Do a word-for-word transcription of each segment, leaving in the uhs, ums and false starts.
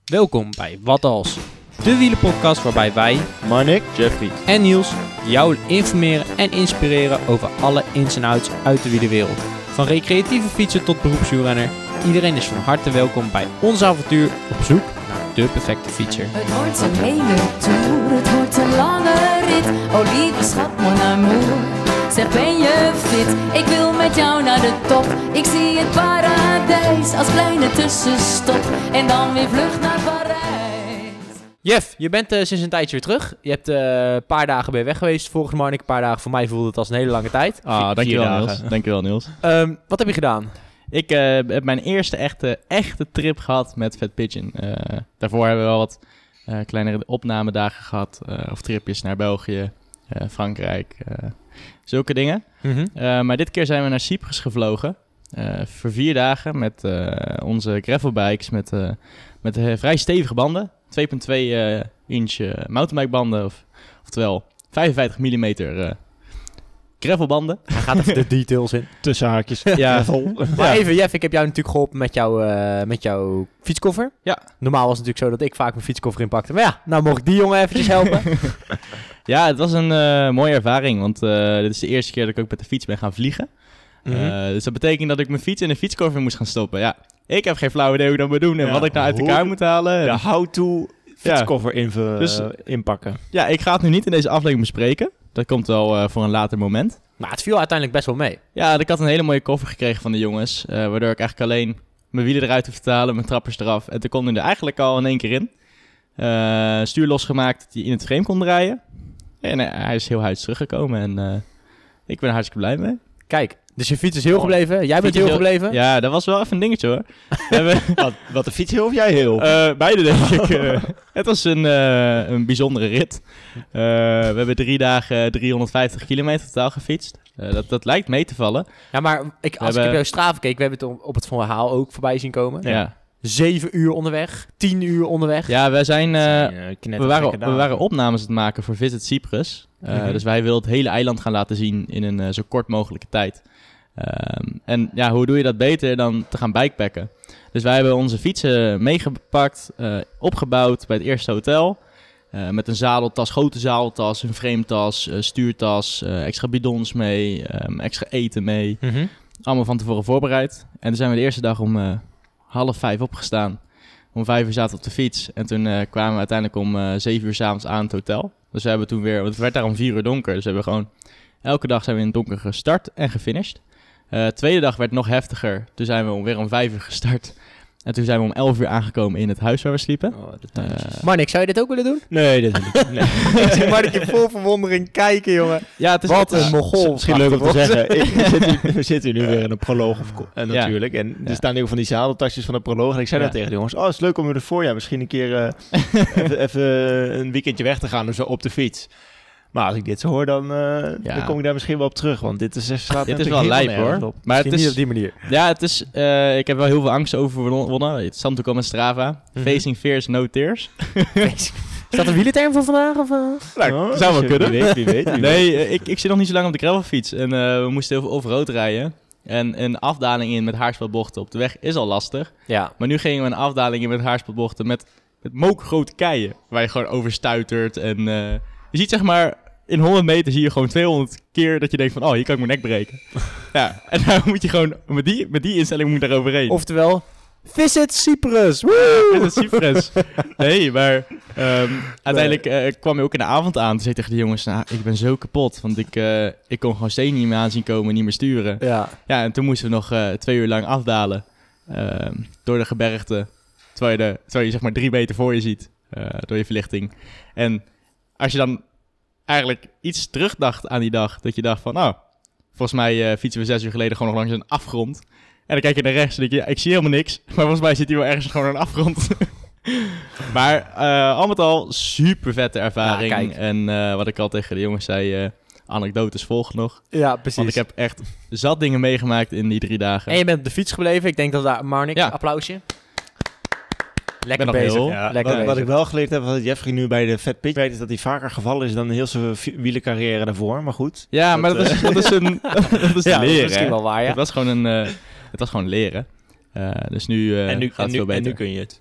Welkom bij Wat Als, de wielerpodcast waarbij wij, Marnik, Jeffrey en Niels jou informeren en inspireren over alle ins en outs uit de wielerwereld. Van recreatieve fietser tot beroepswielrenner, iedereen is van harte welkom bij ons avontuur op zoek naar de perfecte fietser. Het wordt een hele tour, het wordt een lange rit. Oh lieve schat, mon amour, zeg ben je fit? Ik wil met jou naar de top. Ik zie het paradijs als kleine tussenstop. En dan weer vlucht naar Parijs. Jeff, je bent uh, sinds een tijdje weer terug. Je hebt uh, een paar dagen ben je weg geweest. Volgens Marnik een paar dagen. Voor mij voelde het als een hele lange tijd. Ah, dankjewel Niels. Dankjewel Niels. Um, wat heb je gedaan? Ik uh, heb mijn eerste echte, echte trip gehad met Fat Pigeon. Uh, daarvoor hebben we wel wat uh, kleinere opnamedagen gehad. Uh, of tripjes naar België, uh, Frankrijk, uh, zulke dingen. Mm-hmm. Uh, maar dit keer zijn we naar Cyprus gevlogen. Uh, voor vier dagen met uh, onze gravelbikes met, uh, met uh, vrij stevige banden. twee komma twee uh, inch uh, mountainbikebanden, of, oftewel vijfenvijftig millimeter uh, gravelbanden. Hij gaat even de details in. tussen haakjes. Ja. Maar even, Jeff, ik heb jou natuurlijk geholpen met, jou, uh, met jouw fietskoffer. Ja. Normaal was het natuurlijk zo dat ik vaak mijn fietskoffer inpakte. Maar ja, nou mocht ik die jongen eventjes helpen. Ja, het was een uh, mooie ervaring, want uh, dit is de eerste keer dat ik ook met de fiets ben gaan vliegen. Mm-hmm. Uh, dus dat betekent dat ik mijn fiets in de fietskoffer moest gaan stoppen. Ja, ik heb geen flauw idee hoe ik dat moet doen en Ja, wat ik nou uit hoe- elkaar moet halen. De how-to fietskoffer inv- Dus- uh, inpakken. Ja, ik ga het nu niet in deze aflevering bespreken. Dat komt wel uh, voor een later moment. Maar het viel uiteindelijk best wel mee. Ja, ik had een hele mooie koffer gekregen van de jongens, uh, waardoor ik eigenlijk alleen mijn wielen eruit hoef te halen, mijn trappers eraf. En toen kon hij er eigenlijk al in één keer in. Uh, stuur losgemaakt dat hij in het frame kon draaien. En uh, hij is heel huids teruggekomen en uh, ik ben er hartstikke blij mee. Kijk, dus je fiets is heel gebleven. Jij bent Fiets heel is gebleven. Ja, dat was wel even een dingetje hoor. We hebben, wat, wat de fiets heel of jij heel? uh, beide denk ik. Uh, het was een, uh, een bijzondere rit. Uh, we hebben drie dagen driehonderdvijftig kilometer totaal gefietst. Uh, dat, dat lijkt mee te vallen. Ja, maar ik, als hebben- ik op jouw Strava keek, we hebben het op, op het verhaal ook voorbij zien komen. Ja, ja. Zeven uur onderweg, tien uur onderweg. we zijn... Uh, Uh, we, waren, we waren opnames aan het maken voor Visit Cyprus. Uh, Mhm. Dus wij wilden het hele eiland gaan laten zien in een uh, zo kort mogelijke tijd. Um, en ja, hoe doe je dat beter dan te gaan bikepacken? Dus wij hebben onze fietsen meegepakt, uh, opgebouwd bij het eerste hotel. Uh, met een zadeltas, grote zadeltas, een frametas, uh, stuurtas, uh, extra bidons mee, um, extra eten mee. Mm-hmm. Allemaal van tevoren voorbereid. En toen zijn we de eerste dag om uh, half vijf opgestaan. Om vijf uur zaten we op de fiets. En toen uh, kwamen we uiteindelijk om uh, zeven uur 's avonds aan het hotel. Dus we hebben toen weer... Want het werd daar om vier uur donker. Dus we hebben gewoon... Elke dag zijn we in het donker gestart en gefinished. Uh, de tweede dag werd nog heftiger. Toen zijn we om, weer om vijf uur gestart. En toen zijn we om elf uur aangekomen in het huis waar we sliepen. Oh, de Uh, tuintjes. Marnik, zou je dit ook willen doen? nee, dat wil ik niet. Nee. Ik zie Marnik in vol verwondering kijken, jongen. ja, het is Wat het is- een mogol. Misschien leuk om te zeggen. Ik, we, zitten, hier- we zitten hier nu weer in een proloog of, ko- uh, Ja. natuurlijk. En er Ja. staan nu ook van die zadeltasjes van de proloog. En ik zei Ja. dat tegen de jongens. Oh, het is leuk om weer het voorjaar misschien een keer uh, even, even een weekendje weg te gaan. Dus zo op de fiets. Maar als ik dit zo hoor, dan, uh, dan kom ik daar misschien wel op terug. Want dit is, slaat Dit is natuurlijk wel helemaal lijp nergens hoor. op. Maar het Misschien niet is, op die manier. ja, het is... Uh, ik heb wel heel veel angst overwonnen. Het stond ook op mijn Strava. Mhm. Facing fears, no tears. Is dat een wielerterm voor vandaag? Of, uh? Nou, zou wel wie kunnen. weet, wie weet, wie weet. Nee, uh, ik, ik zit nog niet zo lang op de gravelfiets. En uh, we moesten heel veel off-road rijden. En een afdaling in met haarspelbochten op de weg is al lastig. Ja. Maar nu gingen we een afdaling in met haarspelbochten met, met mokergrote keien. Waar je gewoon over stuitert. En uh, je ziet zeg maar... In honderd meter zie je gewoon tweehonderd keer dat je denkt van... Oh, hier kan ik mijn nek breken. Ja, en dan moet je gewoon... Met die, met die instelling moet je daar overheen. Oftewel, Visit Cyprus. Woe! Met een Cyprus. Nee, maar um, uiteindelijk uh, kwam je ook in de avond aan. Toen zei ik tegen de jongens, nou, ik ben zo kapot. Want ik, uh, ik kon gewoon stenen niet meer aanzien komen, niet meer sturen. Ja. Ja, en toen moesten we nog uh, twee uur lang afdalen. Uh, door de gebergte. Terwijl je, de, terwijl je zeg maar drie meter voor je ziet. Uh, door je verlichting. En als je dan eigenlijk iets terugdacht aan die dag. Dat je dacht van, nou, volgens mij uh, fietsen we zes uur geleden gewoon nog langs een afgrond. En dan kijk je naar rechts en denk je, ja, ik zie helemaal niks. Maar volgens mij zit hier wel ergens gewoon een afgrond. Maar uh, al met al super vette ervaring. Ja, kijk. En uh, wat ik al tegen de jongens zei, uh, anekdotes volgen nog. Ja, precies. Want ik heb echt zat dingen meegemaakt in die drie dagen. En je bent op de fiets gebleven. Ik denk dat daar, Marnik, Ja. applausje. Lekker ben nog bezig. heel- Ja, Lekker wat, wat bezig. ik wel geleerd heb, wat Jeffrey nu bij de Fat Pitch weet, is dat hij vaker gevallen is dan heel zijn vi- wielercarrière daarvoor. Maar goed. Ja, Dat, maar dat is, dat is een dat is Ja, dat is leren. misschien hè. wel waar, ja. Het was gewoon een, uh, het was gewoon leren. Uh, dus nu uh, en nu, gaat en, het nu, veel beter. en nu kun je het.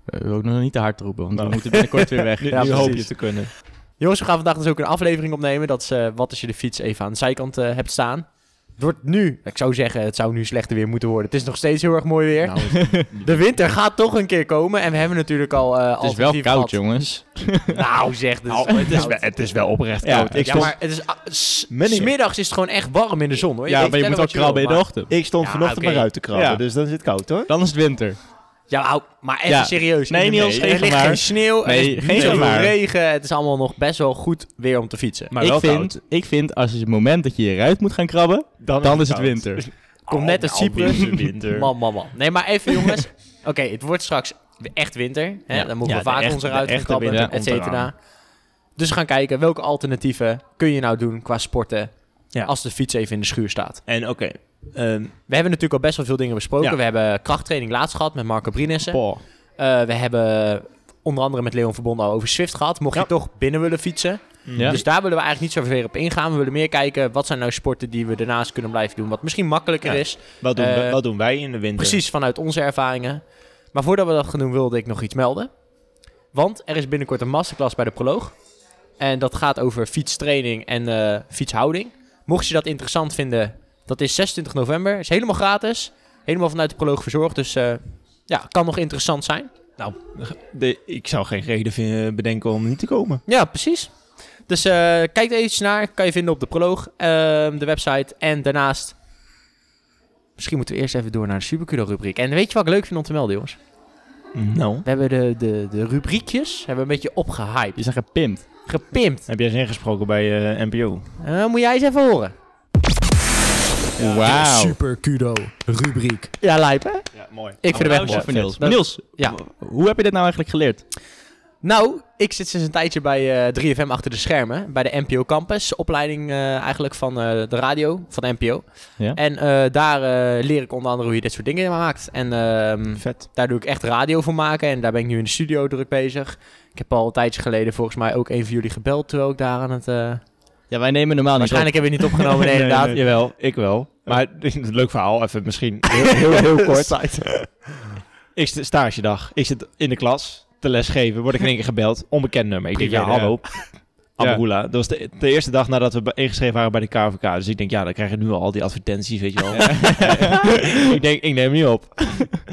We willen ook nog niet te hard roepen, want Nou. we moeten binnenkort weer weg. Nu, Ja, nu hoop je precies. te kunnen. Jongens, we gaan vandaag dus ook een aflevering opnemen. Dat is uh, wat als je de fiets even aan de zijkant uh, hebt staan. Het wordt nu, ik zou zeggen, het zou nu slechter weer moeten worden. Het is nog steeds heel erg mooi weer. Nou, De winter gaat toch een keer komen. En we hebben natuurlijk al uh, Het is wel koud, gehad. jongens. Nou zeg, dus nou, het, is wel, het is wel oprecht Ja, koud. Ik Ja, stond, maar het is, uh, s- Meneer. smiddags is het gewoon echt warm in de zon, hoor. Ja, kan maar je moet wel vertellen wat krabben in de wil, ochtend. ik stond Ja, vanochtend oké. maar uit te krabben, Ja. dus dan is het koud hoor. Dan is het winter. maar- Ja, hou- maar even Ja. serieus. Nee, In de- Niels, er geen ligt maar. geen sneeuw, Nee, er is geen niet zoveel maar. regen. Het is allemaal nog best wel goed weer om te fietsen. Maar ik, wel vind, koud. ik vind, als je het moment dat je eruit moet gaan krabben, dan is het koud. winter. Komt net uit nou, Cyprus. winter, winter. Man, man, man. Nee, maar even jongens. Oké, het wordt straks echt winter. Hè? Ja. Dan moeten Ja, we de vaak echte- onze de ruit gaan echte krabben, winter et komt cetera. eraan. Dus we gaan kijken welke alternatieven kun je nou doen qua sporten Ja. als de fiets even in de schuur staat. En oké, ehm, We hebben natuurlijk al best wel veel dingen besproken. Ja. We hebben krachttraining laatst gehad met Marco Brienissen. Poh. Uh, we hebben onder andere met Leon Verbonden al over Zwift gehad. Mocht Ja. je toch binnen willen fietsen. Ja. Dus daar willen we eigenlijk niet zo ver op ingaan. We willen meer kijken, wat zijn nou sporten die we daarnaast kunnen blijven doen. Wat misschien makkelijker Ja. is. wat, doen we, Eh, wat doen wij in de winter? Precies vanuit onze ervaringen. Maar voordat we dat gaan doen, wilde ik nog iets melden. Want er is binnenkort een masterclass bij de Proloog. En dat gaat over fietstraining en uh, fietshouding. Mocht je dat interessant vinden, dat is zesentwintig november. Is helemaal gratis. Helemaal vanuit de Proloog verzorgd. Dus uh, ja, kan nog interessant zijn. Nou, de, ik zou geen reden vinden, bedenken om niet te komen. Ja, precies. Dus uh, kijk er eventjes naar. Kan je vinden op de Proloog, uh, de website. En daarnaast, misschien moeten we eerst even door naar de Supercudo rubriek. En weet je wat ik leuk vind om te melden, jongens? Nou. We hebben de, de, de rubriekjes hebben we een beetje opgehyped. Je zegt gepimpt. Gepimpt. Heb jij eens ingesproken bij uh, N P O? Uh, moet jij eens even horen. Ja. Wauw. Supercudo rubriek. Ja, lijp hè? Ja, mooi. Ik vind het echt mooi. Voor Niels. Dat- Niels, Ja. hoe heb je dit nou eigenlijk geleerd? Nou, ik zit sinds een tijdje bij uh, drie F M achter de schermen. Bij de N P O Campus. Opleiding uh, eigenlijk van uh, de radio van de N P O. Ja. En uh, daar uh, leer ik onder andere hoe je dit soort dingen maakt. En uh, Vet. daar doe ik echt radio voor maken. En daar ben ik nu in de studio druk bezig. Ik heb al een tijdje geleden volgens mij ook een van jullie gebeld. Terwijl ik daar aan het... Uh... Ja, wij nemen normaal niet Waarschijnlijk hebben we het niet opgenomen. Nee, inderdaad. nee. Jawel, ik wel. Maar een leuk verhaal, even misschien heel, heel, heel kort. Ik st- stagedag. Ik zit in de klas te lesgeven. Word ik in één keer gebeld. Onbekend nummer. Ik denk, ja, Privé, hallo. Amroela. Dat was de, de eerste dag nadat we be- ingeschreven waren bij de K V K. Dus ik denk, ja, dan krijg je nu al die advertenties, weet je wel. ik denk, ik neem hem niet op.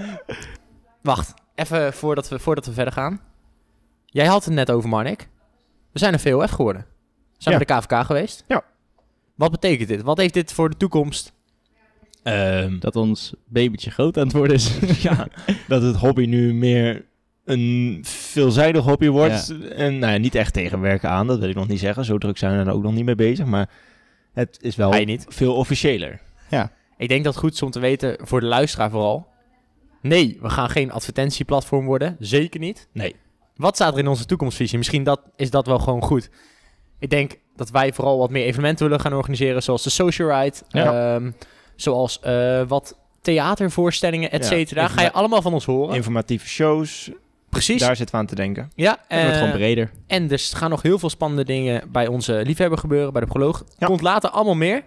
Wacht, even voordat we, voordat we verder gaan. Jij had het net over, Marnik. We zijn een V O F geworden. We zijn Ja. bij de K V K geweest. Ja. Wat betekent dit? Wat heeft dit voor de toekomst? Ehm, dat ons babytje groot aan het worden is. ja, dat het hobby nu meer een veelzijdig hobby wordt. En nou ja, niet echt tegenwerken aan, dat wil ik nog niet zeggen. Zo druk zijn we er ook nog niet mee bezig. Maar het is wel Hij niet. veel officiëler. Ja. Ik denk dat het goed is om te weten, voor de luisteraar vooral. Nee, we gaan geen advertentieplatform worden. Zeker niet. Nee. Wat staat er in onze toekomstvisie? Misschien dat, is dat wel gewoon goed. Ik denk dat wij vooral wat meer evenementen willen gaan organiseren. Zoals de Social Ride. Ja. Um, zoals uh, wat theatervoorstellingen, et Ja, cetera. informa- Ga je allemaal van ons horen. Informatieve shows, Precies. daar zitten we aan te denken. Ja, Het wordt eh, gewoon breder. en dus gaan nog heel veel spannende dingen bij onze liefhebber gebeuren, bij de Proloog. Ja. Komt later allemaal meer.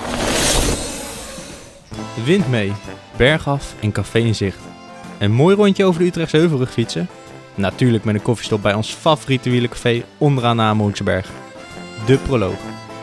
Wind mee, bergaf en café in zicht. Een mooi rondje over de Utrechtse Heuvelrug fietsen. Natuurlijk met een koffiestop bij ons favoriete wielencafé onderaan de Amerhoekseberg. De Proloog.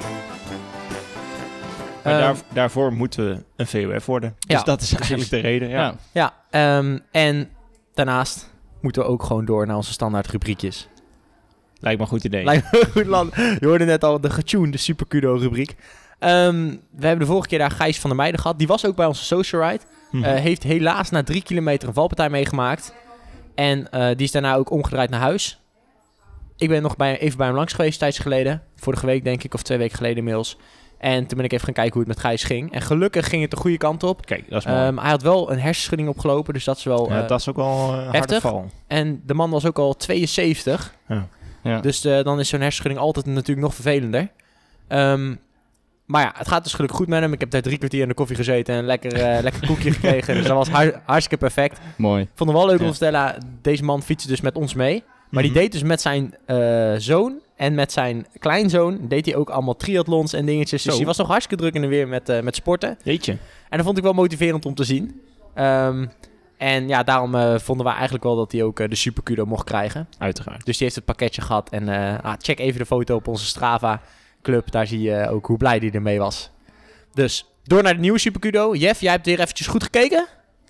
Maar Ehm, daar, daarvoor moeten we een V O F worden. Dus Ja, dat is precies. eigenlijk de reden. Ja. Ja. Ja, um, en daarnaast moeten we ook gewoon door naar onze standaard rubriekjes. Lijkt me een goed idee. Lijkt me een goed land. Je hoorde net al de getunede Supercudo rubriek. Um, we hebben de vorige keer daar Gijs van der Meijden gehad. Die was ook bij onze Social Ride. Hm. Uh, heeft helaas na drie kilometer een valpartij meegemaakt. En uh, die is daarna ook omgedraaid naar huis. Ik ben nog bij, even bij hem langs geweest, tijds geleden. Vorige week denk ik, of twee weken geleden inmiddels. En toen ben ik even gaan kijken hoe het met Gijs ging. En gelukkig ging het de goede kant op. Kijk, dat is mooi. Um, hij had wel een hersenschudding opgelopen, dus dat is wel... ja, uh, dat is ook wel een harde heftig. val. En de man was ook al tweeënzeventig. Ja. Ja. Dus uh, dan is zo'n hersenschudding altijd natuurlijk nog vervelender. Um, maar ja, het gaat dus gelukkig goed met hem. Ik heb daar drie kwartier in de koffie gezeten en een lekker, uh, lekker koekje gekregen. Dus dat was har- hartstikke perfect. Mooi. Ik vond het wel leuk om Ja. te vertellen, deze man fietste dus met ons mee. Maar Mhm. die deed dus met zijn uh, zoon en met zijn kleinzoon, deed hij ook allemaal triathlons en dingetjes. Dus Zo. die was nog hartstikke druk in de weer met, uh, met sporten. Jeetje. En dat vond ik wel motiverend om te zien. Um, En ja, daarom uh, vonden we eigenlijk wel dat hij ook uh, de Super Kudo mocht krijgen. Uiteraard. Dus die heeft het pakketje gehad. En uh, ah, check even de foto op onze Strava Club. Daar zie je uh, ook hoe blij hij ermee was. Dus door naar de nieuwe Super Kudo. Jeff, jij hebt weer eventjes goed gekeken.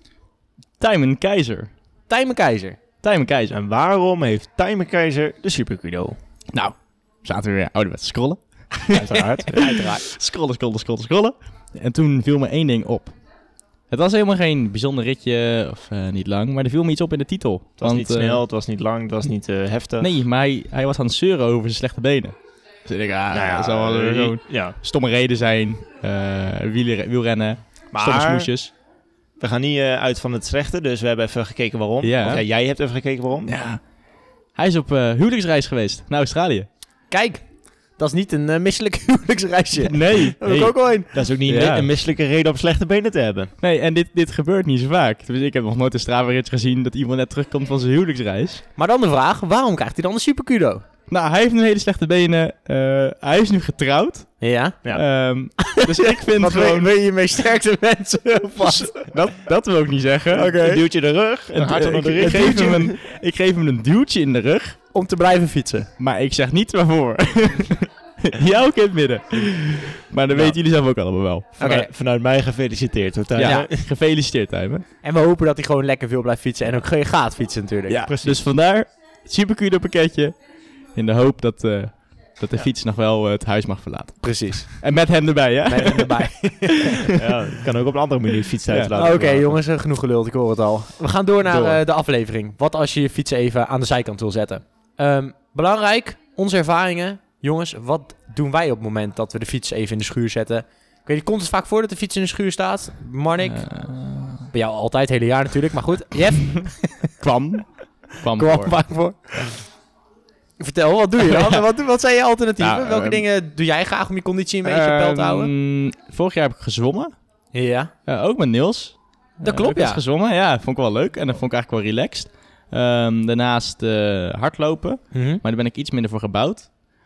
Tijmen Keizer. Tijmen Keizer. Tijmen Keizer. En waarom heeft Tijmen Keizer de Super Kudo? Nou, zaten we weer ouderwets te scrollen. Uiteraard. Uiteraard. Scrollen, scrollen, scrollen, scrollen. En toen viel me één ding op. Het was helemaal geen bijzonder ritje, of uh, niet lang, maar er viel me iets op in de titel. Het was Want, niet snel, het was niet lang, het was niet uh, heftig. Nee, maar hij, hij was aan het zeuren over zijn slechte benen. Dus ik denk, ah, Nou ja, dat zal wel uh, zo'n ja. stomme reden zijn. Uh, wielre- wielrennen, Maar stomme smoesjes. we gaan niet uh, uit van het slechte, dus we hebben even gekeken waarom. Ja. Of, ja, jij hebt even gekeken waarom. Ja. Hij is op uh, huwelijksreis geweest naar Australië. Kijk, dat is niet een uh, misselijk huwelijksreisje. Nee. Daar heb ik ook al een. Dat is ook niet Ja. een misselijke reden om slechte benen te hebben. Nee, en dit, dit gebeurt niet zo vaak. Dus ik heb nog nooit een Strava-rit gezien dat iemand net terugkomt van zijn huwelijksreis. Maar dan de vraag, waarom krijgt hij dan de Super Kudo? Nou, hij heeft nu hele slechte benen. Uh, hij is nu getrouwd. Ja. Ja. Um, dus ik vind Wat wil, gewoon... wil je je meest sterkste mensen vast? Dat, dat wil ik niet zeggen. Oké. Een duwtje in de rug, een En, hart uh, onder de ik, ik, rug. geef hem een, ik geef hem een duwtje in de rug, Om te blijven fietsen. maar ik zeg niet waarvoor. Jou ook in het midden. Maar dat Nou. weten jullie zelf ook allemaal wel. Oké. Vanuit, vanuit mij gefeliciteerd. Hoor, Tijmen. Ja, gefeliciteerd, Tijmen. En we hopen dat hij gewoon lekker veel blijft fietsen. En ook ge- gaat fietsen natuurlijk. Ja, precies. dus vandaar Super Kudo pakketje. In de hoop dat, uh, dat de Ja. fiets nog wel uh, het huis mag verlaten. Precies. En met hem erbij, hè? Met hem erbij. Ja, ik kan ook op een andere manier fietsen Ja. uitlaten. Oké okay, jongens, uh, genoeg geluld. Ik hoor het al. We gaan door naar Door. uh, de aflevering. Wat als je je fiets even aan de zijkant wil zetten? Um, belangrijk, onze ervaringen. Jongens, wat doen wij op het moment dat we de fiets even in de schuur zetten? Ik weet niet, komt het vaak voor dat de fiets in de schuur staat? Marnik? Uh, Bij jou altijd, het hele jaar natuurlijk. Maar goed, Jeff? kwam. Kwam Kom voor. op, vaak voor. Vertel, wat doe je dan? wat, wat zijn je alternatieven? Nou, Welke um, dingen doe jij graag om je conditie een beetje op peil te houden? Um, vorig jaar heb ik gezwommen. Ja. Uh, ook met Niels. Dat Uh, klopt, ook eens ja. gezwommen, ja. Vond ik wel leuk. En dat vond ik eigenlijk wel relaxed. Um, daarnaast uh, hardlopen. Mm-hmm. Maar daar ben ik iets minder voor gebouwd.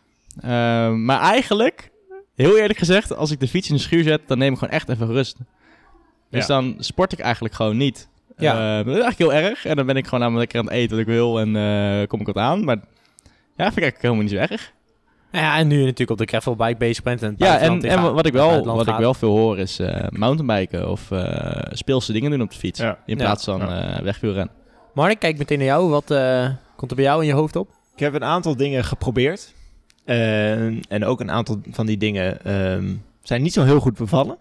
Um, maar eigenlijk, heel eerlijk gezegd, als ik de fiets in de schuur zet, dan neem ik gewoon echt even rust. Dus Ja. dan sport ik eigenlijk gewoon niet. Ja. Uh, dat is eigenlijk heel erg. En dan ben ik gewoon namelijk lekker aan het eten wat ik wil en uh, kom ik wat aan. Maar ja, vind ik eigenlijk helemaal niet zo erg. Ja, en nu je natuurlijk op de gravelbike bezig bent. En het Ja, en, buitenland in en gaat- wat ik naar het wel, buitenland wat ik gaat. wel veel hoor is uh, mountainbiken of uh, speelse dingen doen op de fiets. Ja. In Ja. plaats van Ja. uh, wegwielrennen. Mark, kijk meteen naar jou. Wat uh, komt er bij jou in je hoofd op? Ik heb een aantal dingen geprobeerd. Uh, en ook een aantal van die dingen um, zijn niet zo heel goed bevallen.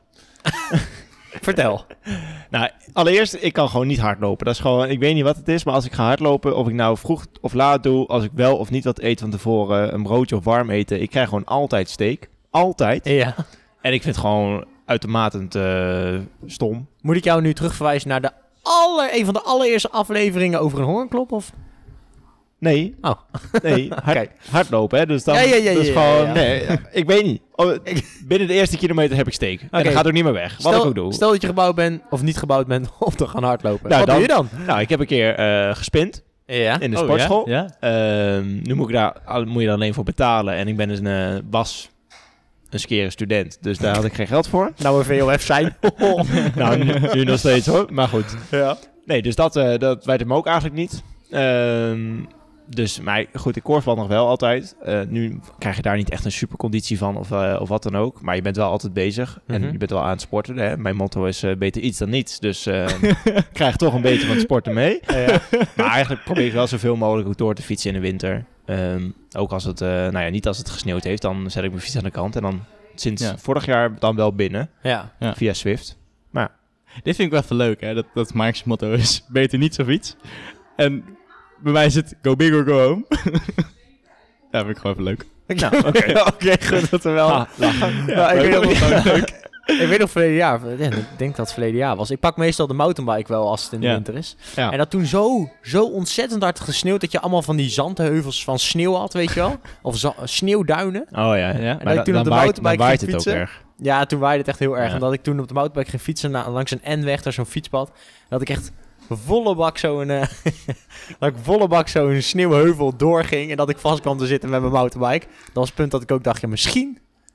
Vertel. Nou, allereerst, ik kan gewoon niet hardlopen. Dat is gewoon, ik weet niet wat het is, maar als ik ga hardlopen, of ik nou vroeg of laat doe, als ik wel of niet wat eet van tevoren, een broodje of warm eten, ik krijg gewoon altijd steek. Altijd. Ja. En ik vind het gewoon uitermate uh, stom. Moet ik jou nu terugverwijzen naar de aller, een van de allereerste afleveringen over een hongerklop? Of? Nee. Oh. Nee, hard, Kijk. hardlopen, hè. Dus dan Ja, ja, ja, dat is ja, gewoon, ja, ja. nee, ik weet niet. Oh, binnen de eerste kilometer heb ik steek. En Oké. dat gaat ook niet meer weg, wat Stel, ik ook doe. stel dat je gebouwd bent of niet gebouwd bent om te gaan hardlopen. Nou, Wat dan- doe je dan? Nou, ik heb een keer uh, gespind Ja. in de Oh, sportschool. Ja? Ja? Ehm, nu moet, ik daar, al- moet je daar alleen voor betalen. En ik ben dus een, uh, was een skere student. Dus daar had ik geen geld voor. Nou, een V O F zijn. Nou, nu, nu nog steeds hoor. Maar goed. Ja. Nee, dus dat, uh, dat weet hem ook eigenlijk niet. Ehm, dus, maar goed, ik korfbal nog wel altijd. Uh, nu krijg je daar niet echt een superconditie van of, uh, of wat dan ook. Maar je bent wel altijd bezig. Mhm. En je bent wel aan het sporten. Hè? Mijn motto is uh, beter iets dan niets. Dus uh, ik krijg toch een beetje van het sporten mee. Ja. Maar eigenlijk probeer ik wel zoveel mogelijk ook door te fietsen in de winter. Um, ook als het, uh, nou ja, niet als het gesneeuwd heeft, dan zet ik mijn fiets aan de kant. En dan sinds Ja. vorig jaar dan wel binnen, Ja. Ja. via Zwift. Dit vind ik wel even leuk, hè. Dat, dat Mark's motto is, beter niet zo fiets. En bij mij is het, go big or go home. Ja, vind ik gewoon even leuk. Nou, oké. Oké, goed dat er wel. Ah, lachen. Ja, ik, leuk. weet nog, leuk. Ik weet nog verleden jaar, ja, ik denk dat het verleden jaar was. Ik pak meestal de mountainbike wel als het in de Ja. winter is. Ja. En dat toen zo, zo ontzettend hard gesneeuwd dat je allemaal van die zandheuvels van sneeuw had, weet je wel? Of za- sneeuwduinen. Oh ja, Ja. ja. En dat Maar ik toen da- op de dan waait, mountainbike dan waait ging het ook fietsen. erg. Ja, toen waaide het echt heel erg. Ja. Omdat ik toen op de mountainbike ging fietsen na, langs een N-weg, daar zo'n fietspad. Dat ik echt volle bak zo'n uh, dat ik volle bak zo'n sneeuwheuvel doorging en dat ik vast kwam te zitten met mijn mountainbike. Dat was het punt dat ik ook dacht, ja, misschien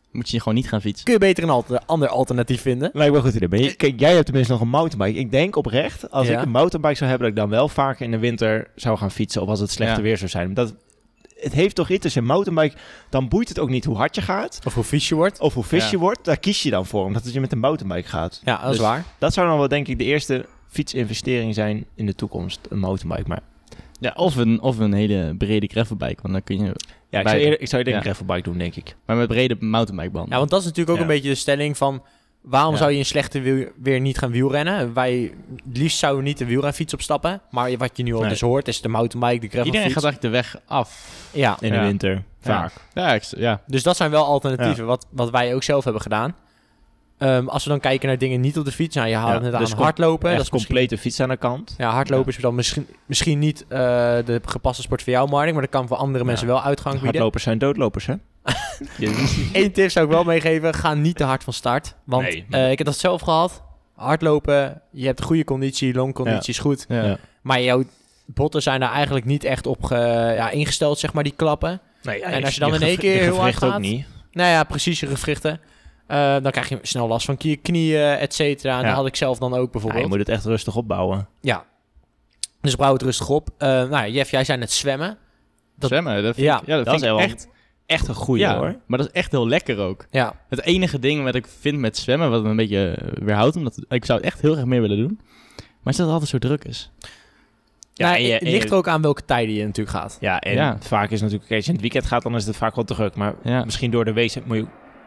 moet je gewoon niet gaan fietsen. Kun je beter een alter- ander alternatief vinden? Lijkt me een goed idee. Maar je- kijk, jij hebt tenminste nog een mountainbike. Ik denk oprecht, als Ja. ik een mountainbike zou hebben, dat ik dan wel vaker in de winter zou gaan fietsen. Of als het slechte Ja. weer zou zijn. Dat, het heeft toch iets tussen een mountainbike. Dan boeit het ook niet hoe hard je gaat. Of hoe vies je wordt? Of hoe vis Ja. je wordt. Daar kies je dan voor. Omdat je met een mountainbike gaat. Ja, dat is Dus waar. Dat zou dan wel denk ik de eerste fietsinvestering zijn in de toekomst. Een mountainbike. Maar Ja, of een, of een hele brede gravelbike, want dan kun je... ja, ik zou, Beide. eerder, ik zou denk ik Ja. een gravelbike doen, denk ik. Maar met brede mountainbikebanden. Ja, want dat is natuurlijk ook Ja. een beetje de stelling van... waarom Ja. zou je in slechte wiel- weer niet gaan wielrennen? Wij het liefst zouden we niet de wielrenfiets opstappen. Maar wat je nu al Nee. dus hoort, is de mountainbike, de gravelfiets. Iedereen gaat eigenlijk de weg af. Ja, In de Ja. winter. Vaak. Ja, ik, ja. dus dat zijn wel alternatieven. Wat, wat wij ook zelf hebben gedaan. Ehm, als we dan kijken naar dingen niet op de fiets. Nou, je haalt Ja, het net aan dus kom- hardlopen. Echt Dat is misschien, complete fiets aan de kant. ja, hardlopen is dan misschien, misschien niet eh, de gepaste sport voor jou, Marnik. Maar dat kan voor andere mensen wel uitgang bieden. Hardlopers zijn doodlopers, hè? Eén tip zou ik wel meegeven. Ga niet te hard van start. Want Nee. eh, ik heb dat zelf gehad. Hardlopen, je hebt goede conditie, longconditie is goed. Ja. Ja. Maar jouw botten zijn daar eigenlijk niet echt op ge, ja, ingesteld, zeg maar, die klappen. Nee, En als je dan in één keer heel hard ook gaat- niet. Nou ja, precies, je gewrichten. Eh, dan krijg je snel last van je knieën, et cetera. En Ja. dat had ik zelf dan ook Ja, bijvoorbeeld. je moet het echt rustig opbouwen. Ja. Dus bouw het rustig op. Eh nou ja, Jeff, jij zei net zwemmen. Dat- Zwemmen, dat vind Ja, ik, ja, dat dat vind is ik wel echt... Echt een goeie, Ja, hoor. maar dat is echt heel lekker ook. Ja. Het enige ding wat ik vind met zwemmen, wat me een beetje eh, weerhoudt, omdat ik zou het echt heel graag meer willen doen, maar is dat het altijd zo druk is. Ja, Nou, en je- het en je- ligt er ook aan welke tijden je natuurlijk gaat. Ja, en Ja. vaak is natuurlijk... Als je in het weekend gaat, dan is het vaak wel te druk. Maar Ja. misschien door de week moet je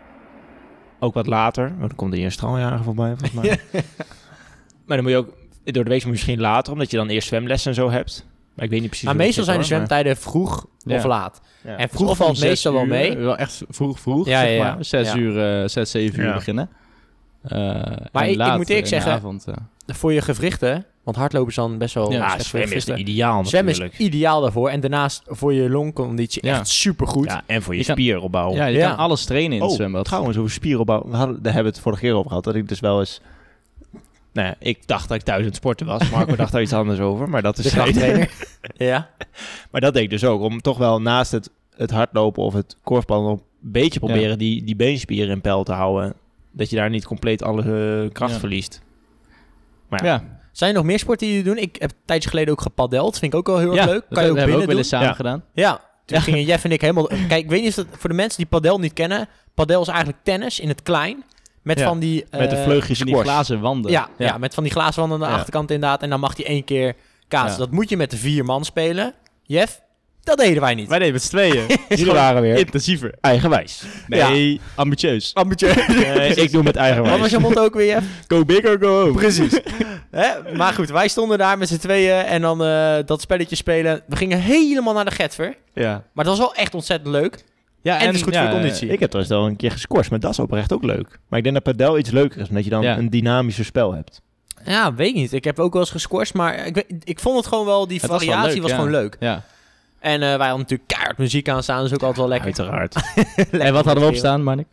ook wat later... Want dan komt de eerste straaljager voorbij, volgens mij. Maar dan moet je ook... Door de week moet je misschien later, omdat je dan eerst zwemlessen en zo hebt. Maar ik weet niet precies Maar hoe meestal dat zijn de zit, hoor, zwemtijden vroeg Ja. of laat. maar- ja. En vroeg Of valt om zes meestal wel uur, mee. Wel echt vroeg vroeg, Ja, zeg ja, maar. ja. Zes Ja. uur, eh, zes, zeven uur Ja. beginnen. Eh, Maar en ik- ik laat moet eerlijk in de zeggen, avond, eh. Voor je gewrichten, want hardlopen is dan best wel... Ja, Ja, slecht voor je zwemmen is gewrichten. ideaal Zwemmen natuurlijk. is ideaal daarvoor. En daarnaast voor je longconditie Ja. echt supergoed. Ja, en voor je, Je kan- spieropbouw. Ja, je Ja. kan alles trainen in het Oh, zwembad. trouwens, over spieropbouw. We hadden, daar hebben we het vorige keer over gehad. Dat ik dus wel eens... Nou ja, ik dacht dat ik thuis aan het sporten was. Marco dacht daar iets anders over. Maar dat is De krachttrainer. ja. Maar dat deed ik dus ook. Om toch wel naast het, het hardlopen of het korfballen... nog een beetje proberen Ja. die, die beenspieren in peil te houden. Dat je daar niet compleet alle eh, kracht Ja. verliest. Maar ja, Ja, Zijn er nog meer sporten die jullie doen? Ik heb een tijdje geleden ook gepaddeld. Vind ik ook wel heel erg ja leuk. dat Kan je ook hebben we ook binnen wel doen? eens samen Ja. gedaan. Ja. Toen gingen Jeff en ik helemaal... Kijk, ik weet niet of dat... Voor de mensen die padel niet kennen... Padel is eigenlijk tennis in het klein. Met Ja. van die... met de eh, vleugjes Van die squash. glazen wanden. Ja, ja. met van die glazen wanden aan de Ja. achterkant inderdaad. En dan mag hij één keer kaatsen. Ja. Dat moet je met de vier man spelen. Jeff, dat deden wij niet. Wij deden met z'n tweeën. Jullie waren weer Intensiever. eigenwijs. Nee, ambitieus. Ambitieus. Eh, ik doe met eigenwijs. Wat was je motto ook weer, Jeff? Go big or go home. Precies. Hè? Maar goed, wij stonden daar met z'n tweeën en dan eh, dat spelletje spelen. We gingen helemaal naar de Getver. Ja. Maar het was wel echt ontzettend leuk. Ja, En het is goed ja, voor je conditie. Ik heb trouwens wel een keer gescoord, maar dat is oprecht ook leuk. Maar ik denk dat padel iets leuker is, omdat je dan Ja. een dynamischer spel hebt. Ja, weet ik niet. Ik heb ook wel eens gescoord, maar ik, weet, ik vond het gewoon wel, die Het was wel variatie leuk, was ja. gewoon leuk. Ja. En eh, wij hadden natuurlijk keihard muziek aan staan, dus ook altijd wel lekker. Uiteraard. En wat hadden we op staan, Marnik?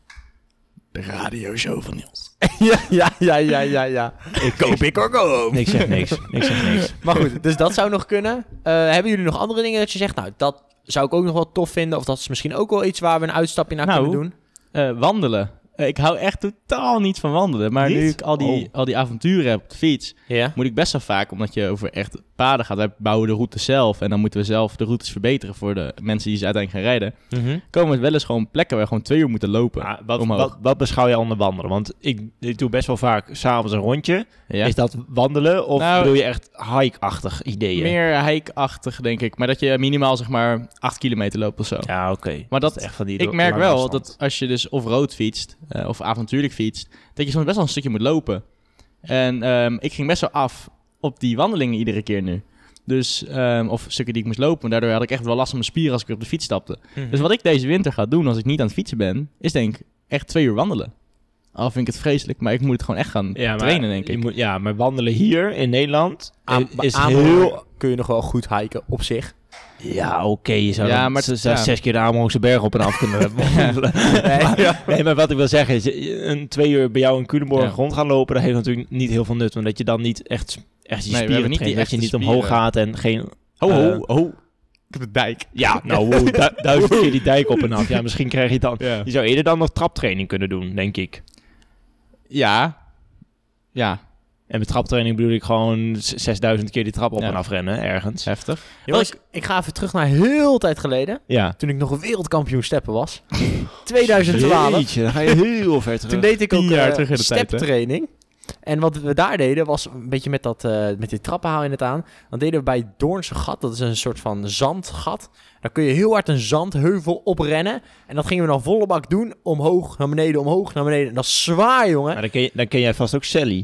De radioshow van Niels. ja, ja, ja, ja, ja, ja. Ik, Go big or go home. ik zeg niks. Ik zeg niks. Maar goed, dus dat zou nog kunnen. Eh, hebben jullie nog andere dingen dat je zegt, nou, dat zou ik ook nog wel tof vinden. Of dat is misschien ook wel iets waar we een uitstapje naar Nou, kunnen doen. Eh, wandelen. Eh, ik hou echt totaal niet van wandelen. Maar nu Niet? ik al die, Oh. al die avonturen heb op de fiets, Ja. moet ik best wel vaak, omdat je over echt paden gaat, wij bouwen de route zelf. En dan moeten we zelf de routes verbeteren voor de mensen die ze uiteindelijk gaan rijden. Mhm. Komen we wel eens gewoon plekken waar we gewoon twee uur moeten lopen. Maar wat, omhoog. wat, wat beschouw je onder wandelen? Want ik, ik doe best wel vaak s'avonds een rondje. Ja. Is dat wandelen of Nou, doe je echt hike-achtig ideeën? Meer hike-achtig, denk ik. Maar dat je minimaal zeg maar acht kilometer loopt of zo. Ja, oké. Maar dat, is echt van die ik merk lange wel afstand. dat als je dus off-road fietst, eh, of avontuurlijk fietst, dat je soms best wel een stukje moet lopen. En ehm, ik ging best wel af op die wandelingen iedere keer nu. Dus, ehm, of stukken die ik moest lopen. Daardoor had ik echt wel last van mijn spieren als ik weer op de fiets stapte. Mhm. Dus wat ik deze winter ga doen als ik niet aan het fietsen ben, is denk ik echt twee uur wandelen. Al vind ik het vreselijk, maar ik moet het gewoon echt gaan Ja, maar trainen, denk je ik. Moet, ja, maar wandelen hier in Nederland Aan, is Amerongen heel... kun je nog wel goed hiken op zich. Ja, oké. je zou Ja, dan maar z- het- z- ja. zes keer de Amerongse berg op en af kunnen wandelen. Nee. Nee, maar wat ik wil zeggen is, je- een twee uur bij jou in Culemborg Ja. rond gaan lopen, dat heeft natuurlijk niet heel veel nut, omdat je dan niet echt, echt je we spieren hebben niet traint, die dat je echte niet omhoog spieren. gaat en geen... Ho, eh, ho, ho. heb een dijk. Ja, nou, wow, du- duizend keer die dijk op en af. Ja, misschien krijg je dan... Ja. Je zou eerder dan nog traptraining kunnen doen, denk ik. Ja. Ja. En met traptraining bedoel ik gewoon z- zesduizend keer die trap op Ja. en af rennen, ergens. Heftig. Jongens, ik ga even terug naar heel tijd geleden. Ja. Toen ik nog een wereldkampioen steppen was. tweeduizend twaalf. Jeetje, dan ga je heel ver terug. Toen deed ik ook Tien jaar uh, terug in de tijd, hè? steptraining. En wat we daar deden was een beetje met dat uh, met die trappen haal je het aan. Dan deden we bij Doornse gat, dat is een soort van zandgat. Daar kun je heel hard een zandheuvel oprennen. En dat gingen we dan volle bak doen. Omhoog, naar beneden, omhoog, naar beneden. En dat is zwaar, jongen. Maar dan, ken je, dan ken jij vast ook Sally.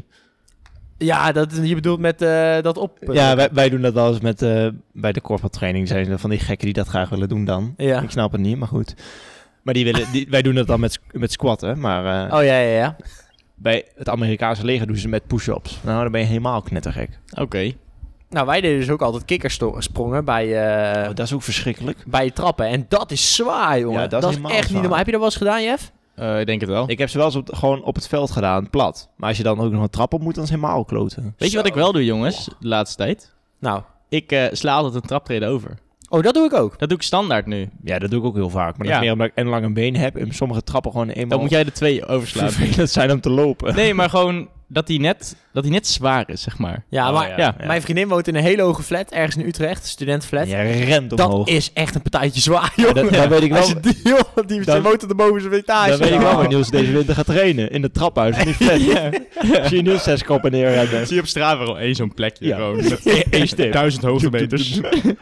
Ja, dat, je bedoelt met uh, dat op... Ja, wij, wij doen dat wel eens met... Uh, bij de corporate training zijn er van die gekken die dat graag willen doen dan. Ja. Ik snap het niet, maar goed. Maar die willen, die, wij doen dat dan met, met squatten. Maar uh, Oh ja, ja, ja. bij het Amerikaanse leger doen ze met push-ups. Nou, dan ben je helemaal knettergek. Oké. Okay. Nou, wij deden dus ook altijd kikkersprongen bij, uh, Oh, dat is ook verschrikkelijk. bij trappen. En dat is zwaar, jongen. Ja, dat dat is is helemaal echt niet zwaar. normaal. Heb je dat wel eens gedaan, Jeff? Uh, ik denk het wel. Ik heb ze wel eens op, gewoon op het veld gedaan, plat. Maar als je dan ook nog een trap op moet, dan is het helemaal kloten. Weet je wat ik wel doe, jongens, de laatste tijd? Nou. Ik uh, sla altijd een traptreden over. Oh, dat doe ik ook. Dat doe ik standaard nu. Ja, dat doe ik ook heel vaak. Maar dat Ja. is meer omdat ik een lange been heb en sommige trappen gewoon eenmaal Dan moet jij de twee overslaan. vervelend zijn om te lopen. Nee, maar gewoon dat die net, dat die net zwaar is, zeg maar. Ja, Oh, maar ja. ja. mijn vriendin woont in een hele hoge flat, ergens in Utrecht, studentenflat. Ja, rent omhoog. Dat is echt een partijtje zwaar, Ja, jongen. dat, dat weet ik wel. Als je die, jongen, die Dan- ze woont op de bovenste etage. Dat weet ik wel, Ja. waar Niels deze winter gaat trainen. In de traphuis, in die flat. Ja. Zie je Niels zes koppen neerrennen. Zie je op straat wel één zo'n plekje. Ja. Gewoon, met Eén stip. duizend hoogtemeters.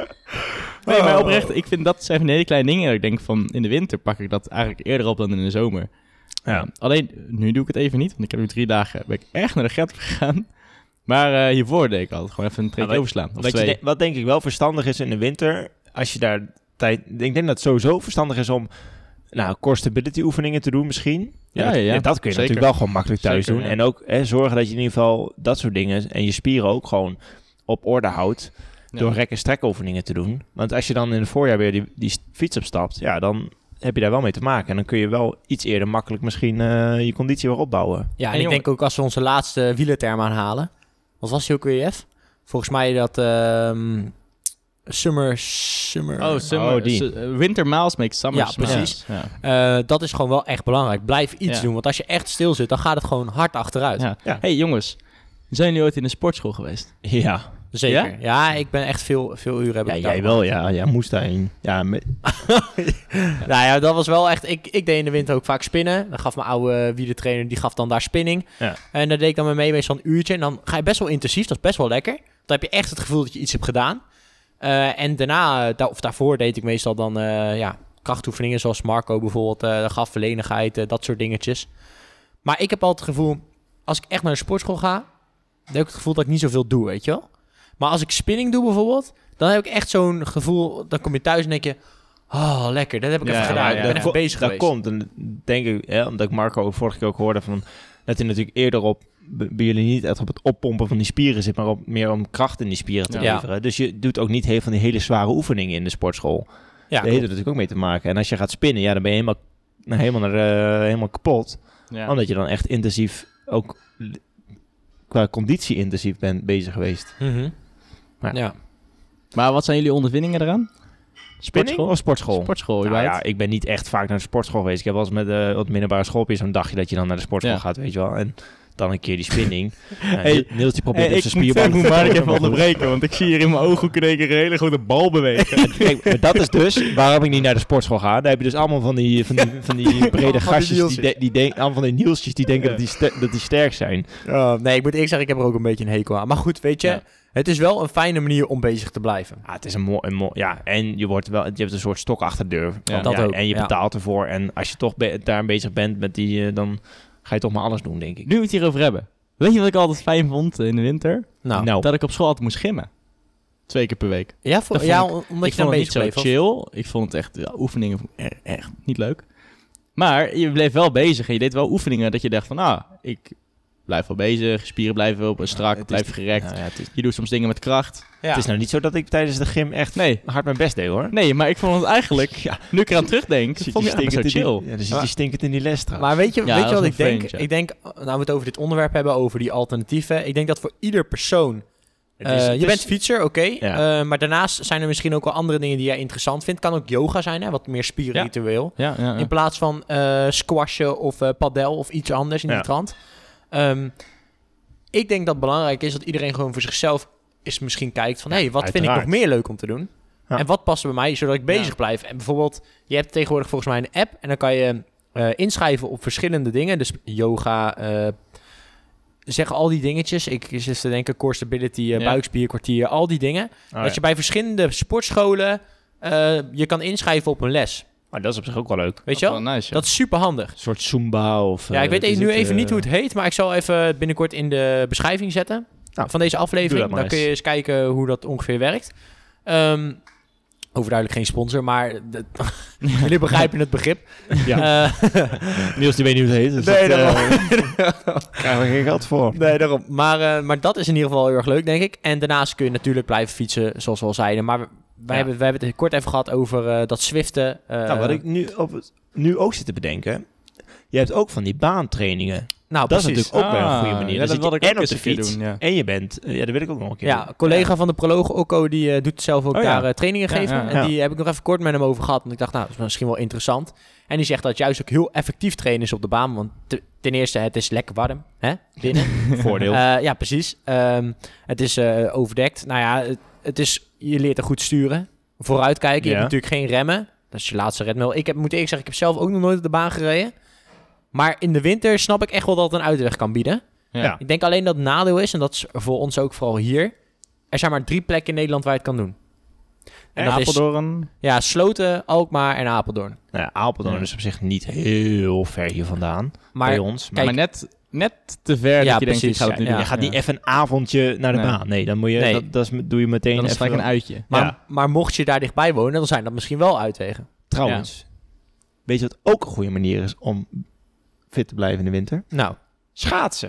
Nee, maar oprecht, ik vind dat zijn van hele kleine dingen. Dat ik denk van, in de winter pak ik dat eigenlijk eerder op dan in de zomer. Ja. Uh, alleen, nu doe ik het even niet. Want ik heb nu drie dagen, ben ik echt naar de Gert gegaan. Maar uh, hiervoor deed ik altijd gewoon even een treetje Ja, overslaan. Of Wat, je twee. de- wat denk ik wel verstandig is in de winter, als je daar tijd... Ik denk dat het sowieso verstandig is om nou, core stability oefeningen te doen misschien. Ja, dat, ja, ja. dat kun je Zeker. natuurlijk wel gewoon makkelijk thuis Zeker, doen. ja. En ook hè, zorgen dat je in ieder geval dat soort dingen en je spieren ook gewoon op orde houdt. Ja. Door rek- en strekoefeningen te doen. Want als je dan in het voorjaar weer die, die fiets opstapt, ja, dan heb je daar wel mee te maken. En dan kun je wel iets eerder makkelijk misschien uh, je conditie weer opbouwen. Ja, en, En ik jongen- denk ook als we onze laatste wielerterm aanhalen. Wat was die ook weer, Jeff? Volgens mij dat... ehm summer... Summer... Oh, summer, Oh, die. su- uh, winter miles make summer Ja, smiles. precies. Ja. Eh, dat is gewoon wel echt belangrijk. Blijf iets Ja. doen. Want als je echt stil zit, dan gaat het gewoon hard achteruit. Ja. Ja. Hey jongens, zijn jullie ooit in de sportschool geweest? Ja, Zeker. Ja? Ja? ik ben echt veel, veel uren heb ja ik jij daar wel. gemaakt. Ja, jij moest daarheen. Ja, met, Nou ja, dat was wel echt... Ik, ik deed in de winter ook vaak spinnen. Dan gaf mijn oude wielertrainer, die gaf dan daar spinning. Ja. En daar deed ik dan mee meestal een uurtje. En dan ga je best wel intensief. Dat is best wel lekker. Dan heb je echt het gevoel dat je iets hebt gedaan. Uh, en daarna, uh, da- of daarvoor deed ik meestal dan uh, ja, krachtoefeningen. Zoals Marco bijvoorbeeld uh, gaf, verlenigheid, uh, dat soort dingetjes. Maar ik heb altijd het gevoel... Als ik echt naar de sportschool ga... Dan heb ik het gevoel dat ik niet zoveel doe, weet je wel. Maar als ik spinning doe bijvoorbeeld... Dan heb ik echt zo'n gevoel... Dan kom je thuis en denk je... Oh, lekker, dat heb ik Ja, even gedaan. ja, ik ja. ben even ko- bezig dat geweest. komt. En denk ik, hè, omdat ik Marco ook vorige keer ook hoorde van... Dat hij natuurlijk eerder op... b- bij jullie niet echt op het oppompen van die spieren zit... maar op, meer om kracht in die spieren te Ja. leveren. Dus je doet ook niet heel van die hele zware oefeningen in de sportschool. Ja, Daar heeft klopt. het natuurlijk ook mee te maken. En als je gaat spinnen, ja, dan ben je helemaal, nou, helemaal, naar, uh, helemaal kapot. Ja. Omdat je dan echt intensief... ook l- qua conditie intensief bent bezig geweest. Mhm. Maar- Ja. Maar wat zijn jullie ondervindingen eraan? Spinning of sportschool? Sportschool, Nou überhaupt? ja, ik ben niet echt vaak naar de sportschool geweest. Ik heb wel eens met uh, op de middelbare school zo'n dagje dat je dan naar de sportschool Ja. gaat, weet je wel. En dan een keer die spinning. Ja, Hey, Niels die probeert Hey, op ik zijn moet, ik spierballen moet Mark te even maar goed. onderbreken, want ik zie hier in mijn ooghoek in één keer een hele grote bal bewegen. Kijk, maar dat is dus waarom ik niet naar de sportschool ga. Daar heb je dus allemaal van die, van die, van die brede die gastjes, die, Nielsjes. de- die denken, allemaal van die Nielsjes die denken Ja. dat, die ster- dat die sterk zijn. Uh, nee, ik moet eerlijk zeggen, ik heb er ook een beetje een hekel aan. Maar goed, weet je, Ja. het is wel een fijne manier om bezig te blijven. Ja, het is een mooi, een mooi, ja, en je wordt wel, je hebt een soort stok achter de deur. Ja, Van, dat ook, En je ja. betaalt ervoor. En als je toch be- daar bezig bent met die, uh, dan ga je toch maar alles doen, denk ik. Nu we het hierover hebben. Weet je wat ik altijd fijn vond in de winter? Nou, Nou, Dat ik op school altijd moest gymmen. Twee keer per week. ja, voor, dat ja vond om- omdat ik je dan vond het bezig niet bleef. zo of- chill. Ik vond het echt, ja, oefeningen vond ik e- echt niet leuk. Maar je bleef wel bezig en je deed wel oefeningen dat je dacht van, ah, ik blijf wel bezig, spieren blijven op, strak, het is- blijf gerekt. ja, ja, het, is, Je doet soms dingen met kracht. Ja. het is nou niet zo dat ik tijdens de gym echt Nee. hard mijn best deed, hoor. Nee, maar ik vond het eigenlijk, Ja. nu ik eraan terugdenk, Zit vond je ik het stinkend zo in chill. die- Ja, dan zit Maar- je stinkend in die les trouwens. Maar weet je, Ja, weet je dat wat is ik wel denk? vreemd, ja. Ik denk, nou we het over dit onderwerp hebben, over die alternatieven. Ik denk dat voor ieder persoon Het Uh, is- het je is- bent fietser, oké. Ja. Uh, maar daarnaast zijn er misschien ook wel andere dingen die jij interessant vindt. Kan ook yoga zijn, hè? Wat meer spiritueel. Ja, ja, ja. In plaats van uh, squashen of uh, padel of iets anders in Ja. die trant. Um, ik denk dat het belangrijk is dat iedereen gewoon voor zichzelf is misschien kijkt van... hé, hey, wat vind ik uiteraard. nog meer leuk om te doen? Ja. En wat past bij mij, zodat ik bezig Ja. blijf? En bijvoorbeeld, je hebt tegenwoordig volgens mij een app... en dan kan je uh, inschrijven op verschillende dingen. Dus yoga, uh, zeg al die dingetjes. Ik zit te denken, core stability, uh, Ja. buikspierkwartier, al die dingen. Oh, dat je bij verschillende sportscholen uh, je kan inschrijven op een les. Maar dat is op zich ook wel leuk. Weet je Dat wel? is wel nice, ja. Dat is super handig. Een soort Zumba of... Ja, ik eh, weet wat is even, nu het, even eh, niet hoe het heet, maar ik zal even binnenkort in de beschrijving zetten Nou, van deze doe aflevering. dat maar Dan kun je eens. eens kijken hoe dat ongeveer werkt. Um, overduidelijk geen sponsor, maar de, jullie begrijpen het begrip. Ja. Uh, Niels die weet niet hoe het heet. Dus nee, dat, daarom. eh, krijgen we geen geld voor. nee, daarom. Maar, uh, maar dat is in ieder geval heel erg leuk, denk ik. En daarnaast kun je natuurlijk blijven fietsen, zoals we al zeiden. Maar wij, Ja. hebben, wij hebben het kort even gehad over uh, dat Zwiften. Uh, Nou, wat ik nu, op het, nu ook zit te bedenken... Je hebt ook van die baantrainingen. nou, Dat is precies. natuurlijk ook wel een goede Ah, manier. ja, Dan dat zit je wilde ik en ook op eens de een keer fiets doen, ja. en je bent... Ja, dat wil ik ook nog een keer Ja, doen. collega van de proloog, Okko, die uh, doet zelf ook Oh, ja. daar uh, trainingen Ja, geven. ja, ja. En die heb ik nog even kort met hem over gehad. Want ik dacht, nou, dat is misschien wel interessant. En die zegt dat het juist ook heel effectief trainen is op de baan. Want te- ten eerste, het is lekker warm, hè, binnen. Voordeel. Uh, ja, precies. Um, het is uh, overdekt. Nou ja, het, het is, je leert er goed sturen. Vooruitkijken. Je Ja. hebt natuurlijk geen remmen. Dat is je laatste redmiddel. Ik heb, moet eerlijk zeggen, ik heb zelf ook nog nooit op de baan gereden. Maar in de winter snap ik echt wel dat het een uitweg kan bieden. Ja. Ja. Ik denk alleen dat het nadeel is, en dat is voor ons ook vooral hier... Er zijn maar drie plekken in Nederland waar je het kan doen. En En dat is Apeldoorn. ja, Sloten, Alkmaar en Apeldoorn. Nou ja, Apeldoorn Ja. is op zich niet heel ver hier vandaan. Maar bij ons. Maar kijk, maar net, net te ver Ja, dat je denkt, precies. ik ga het nu Ja, doen. je gaat niet even een avondje naar de Nee. baan. Nee, dan moet je, Nee. dat, dat is, doe je meteen Dan is het even... gelijk een uitje. maar, ja. maar mocht je daar dichtbij wonen, dan zijn dat misschien wel uitwegen. Trouwens, weet je wat ook een goede manier is om fit te blijven in de winter? Nou, Schaatsen.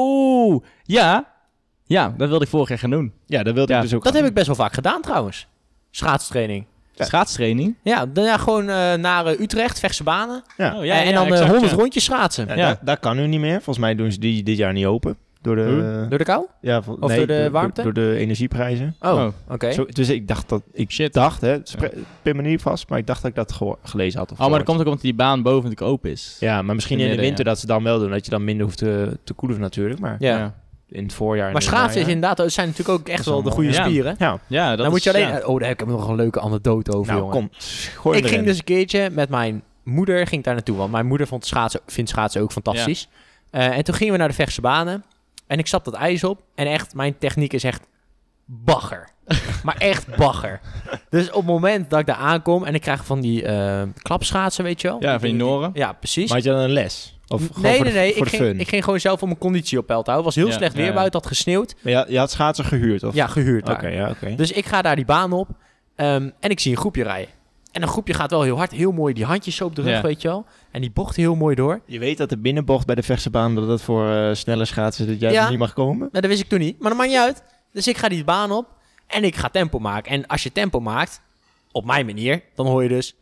Oh, ja. Ja, dat wilde ik vorig jaar gaan doen. Ja, dat wilde Ja, ik dus ook dat gaan heb ik best wel vaak gedaan trouwens. Schaatstraining. Ja. Schaatstraining. Ja, dan, ja gewoon uh, naar uh, Utrecht, Vechtse banen. Ja. Oh, Ja, en dan uh, exact, honderd ja. rondjes schaatsen. Ja, Ja. Dat, dat kan nu niet meer. Volgens mij doen ze die dit jaar niet open. Door de, Huh? Door de kou? ja, vol- Of nee, door de warmte? Door, door de energieprijzen. Oh, Oh. oké. Zo, dus ik dacht dat... Ik Shit. dacht, hè, spre- pin me niet vast, maar ik dacht dat ik dat gehoor- gelezen had. Of Oh, maar dat gehoord. komt ook omdat die baan boven natuurlijk open is. Ja, maar misschien in de Midden, winter ja. dat ze dan wel doen. Dat je dan minder hoeft te, te koelen natuurlijk. Maar Ja. in het voorjaar... en Maar in het schaatsen is najaar- inderdaad, dat zijn natuurlijk ook echt is wel wel de goede mooi. Ja. spieren. Ja, Ja, dat Dan is, moet je alleen... ja. Oh, daar heb ik nog een leuke anekdote over, nou jongen. kom. Gooi Ik hem ging erin. dus een keertje met mijn moeder ging ik daar naartoe. Want mijn moeder vond schaatsen, vindt schaatsen ook fantastisch. Uh, en toen gingen we naar de Vechtse banen. En ik stap dat ijs op. En echt, mijn techniek is echt bagger. maar echt bagger. Dus op het moment dat ik daar aankom... en ik krijg van die uh, klapschaatsen, weet je wel. Ja, van die noren. Ja, precies. Maar had je dan een les? Of gewoon nee, voor nee, de, nee. voor Ik de ging, fun? ik ging gewoon zelf om mijn conditie op peil te houden. Het was heel Ja, slecht ja, weer ja. buiten, had gesneeuwd. Maar je, je had schaatsen gehuurd? Of? Ja, gehuurd daar. Oké, ja, oké. Dus ik ga daar die baan op um, en ik zie een groepje rijden. En een groepje gaat wel heel hard, heel mooi die handjes zo op de rug, Ja. weet je wel. En die bocht heel mooi door. Je weet dat de binnenbocht bij de Vechtse baan... dat dat voor uh, snelle schaatsen dit jaar Ja. niet mag komen? Nou, dat wist ik toen niet, maar dat maakt niet uit. Dus ik ga die baan op en ik ga tempo maken. En als je tempo maakt, op mijn manier, dan hoor je dus...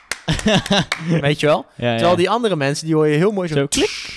weet je wel? Ja, ja. Terwijl die andere mensen, die hoor je heel mooi zo... Zo. klik.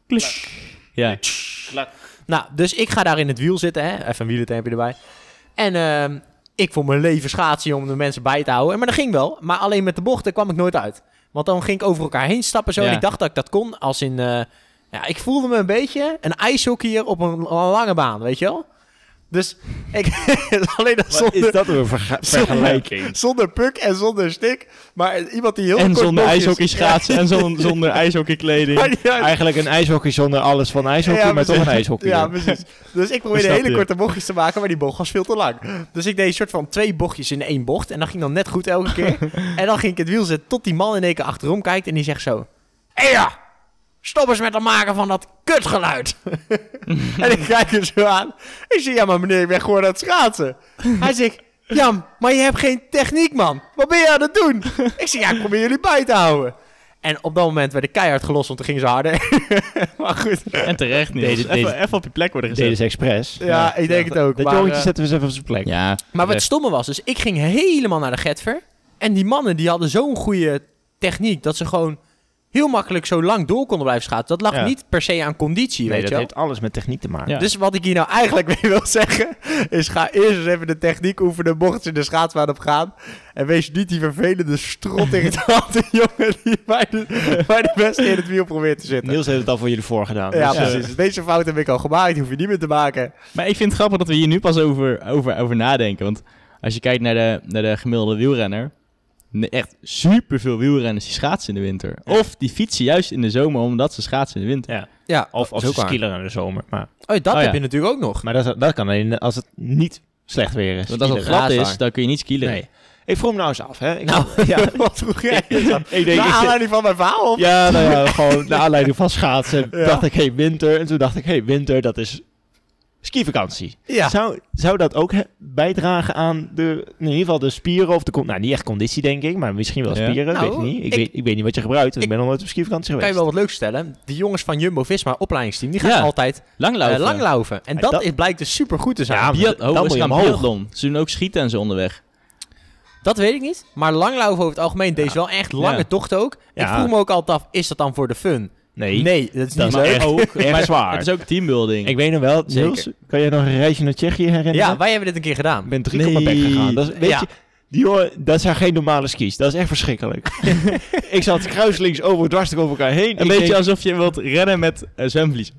Ja. Nou, dus ik ga daar in het wiel zitten, hè. Even een wielentempje erbij. En uh, ik voor mijn leven schaatsen om de mensen bij te houden. Maar dat ging wel. Maar alleen met de bochten kwam ik nooit uit. Want dan ging ik over elkaar heen stappen zo. Ja. En ik dacht dat ik dat kon. Als in... Uh, ja, ik voelde me een beetje een ijshockeyer op een, een lange baan, weet je wel? Dus ik... alleen dat Wat zonder, is dat voor een verga- vergelijking? zonder puk en zonder stik. Maar iemand die heel En kort zonder bochtjes- ijshockey schaatsen en zonder, zonder ijshockeykleding. Maar niet uit. Eigenlijk een ijshockey zonder alles van ijshockey, Ja, maar toch precies. een ijshockey. Ja, dan. precies. Dus ik probeerde Snap hele je. korte bochtjes te maken, maar die bocht was veel te lang. Dus ik deed een soort van twee bochtjes in één bocht. En dat ging dan net goed elke keer. En dan ging ik het wiel zetten tot die man in één keer achterom kijkt. En die zegt zo... Hé ja, stop eens met het maken van dat kutgeluid. En ik kijk hem zo aan. Ik zeg, ja maar meneer, ik ben gewoon aan het schaatsen. Hij zegt... Jan, maar je hebt geen techniek, man. Wat ben je aan het doen? Ik zeg, ja, ik probeer jullie bij te houden. En op dat moment werd ik keihard gelost, want toen ging ze harder. Maar goed. En terecht niet. Deze- Even, deze- even op je plek worden Deden gezet. ze expres. Ja, ik denk het ook. Dat maar, jongetje eh, zetten we eens even op zijn plek. Ja. maar wat terecht. stomme was, dus ik ging helemaal naar de Getver. En die mannen die hadden zo'n goede techniek dat ze gewoon heel makkelijk zo lang door konden blijven schaatsen. Dat lag Ja. niet per se aan conditie, Nee, weet dat je wel. heeft alles met techniek te maken. Ja. Dus wat ik hier nou eigenlijk mee wil zeggen, is ga eerst eens even de techniek oefenen, mocht je de schaatsbaan op gaan. En wees niet die vervelende strottirritante jongen die bij de, bij de beste in het wiel probeert te zitten. Niels heeft het al voor jullie voorgedaan. Ja, dus, eh, precies. Deze fout heb ik al gemaakt, die hoef je niet meer te maken. Maar ik vind het grappig dat we hier nu pas over, over, over nadenken. Want als je kijkt naar de, naar de gemiddelde wielrenner... ne- echt superveel wielrenners die schaatsen in de winter. Ja. Of die fietsen juist in de zomer omdat ze schaatsen in de winter. ja. Ja, Of als zo ze skileren in de zomer. Maar, Oh, dat Oh, heb ja. je natuurlijk ook nog. maar dat, dat kan alleen als het niet slecht weer is. Want als het Skileren. glad Ja, is is, waar. dan kun je niet skileren. Nee. Ik vroeg me nou eens af, hè. Ik, Nou, ja, wat vroeg jij? ik denk, Naar ik, aanleiding van mijn verhaal? Of? ja, nou ja, gewoon naar aanleiding van schaatsen Ja. dacht ik, hé, hey, winter. En toen dacht ik, hé, hey, winter, dat is skivakantie. Ja. Zou, zou dat ook he- bijdragen aan de, in ieder geval de spieren of de, con- nou niet echt conditie denk ik, maar misschien wel Ja. spieren, Nou, weet ik niet. Ik, ik- weet, ik weet niet wat je gebruikt, ik, ik- ben nog nooit op skivakantie Kan geweest. je wel wat leuks stellen? Die jongens van Jumbo-Visma opleidingsteam, die gaan Ja. altijd Langlaufen. eh, langlaufen. En Ja, dat, dat- is, blijkt dus super goed te zijn. Ja, Biat- Dan oh, moet ze je gaan omhoog. biathlon. Ze doen ook schieten en zo onderweg. Dat weet ik niet. Maar langlaufen over het algemeen, deze wel echt lange Ja. tocht ook. Ik Ja. vroeg me ook altijd af, is dat dan voor de fun? Nee, Nee, dat is dat niet is leuk. echt, ook, echt maar zwaar. Het is ook teambuilding. Ik weet nog wel, Zeker. Niels, kan je nog een reisje naar Tsjechië herinneren? Ja, wij hebben dit een keer gedaan. Ik ben drie op mijn bek Nee. gegaan. Dat is, weet Ja. je, die jongen, dat zijn geen normale skis. Dat is echt verschrikkelijk. Ik zat kruislinks over, dwars over elkaar heen. Een Ik beetje denk, alsof je wilt rennen met uh, zwemvliezen.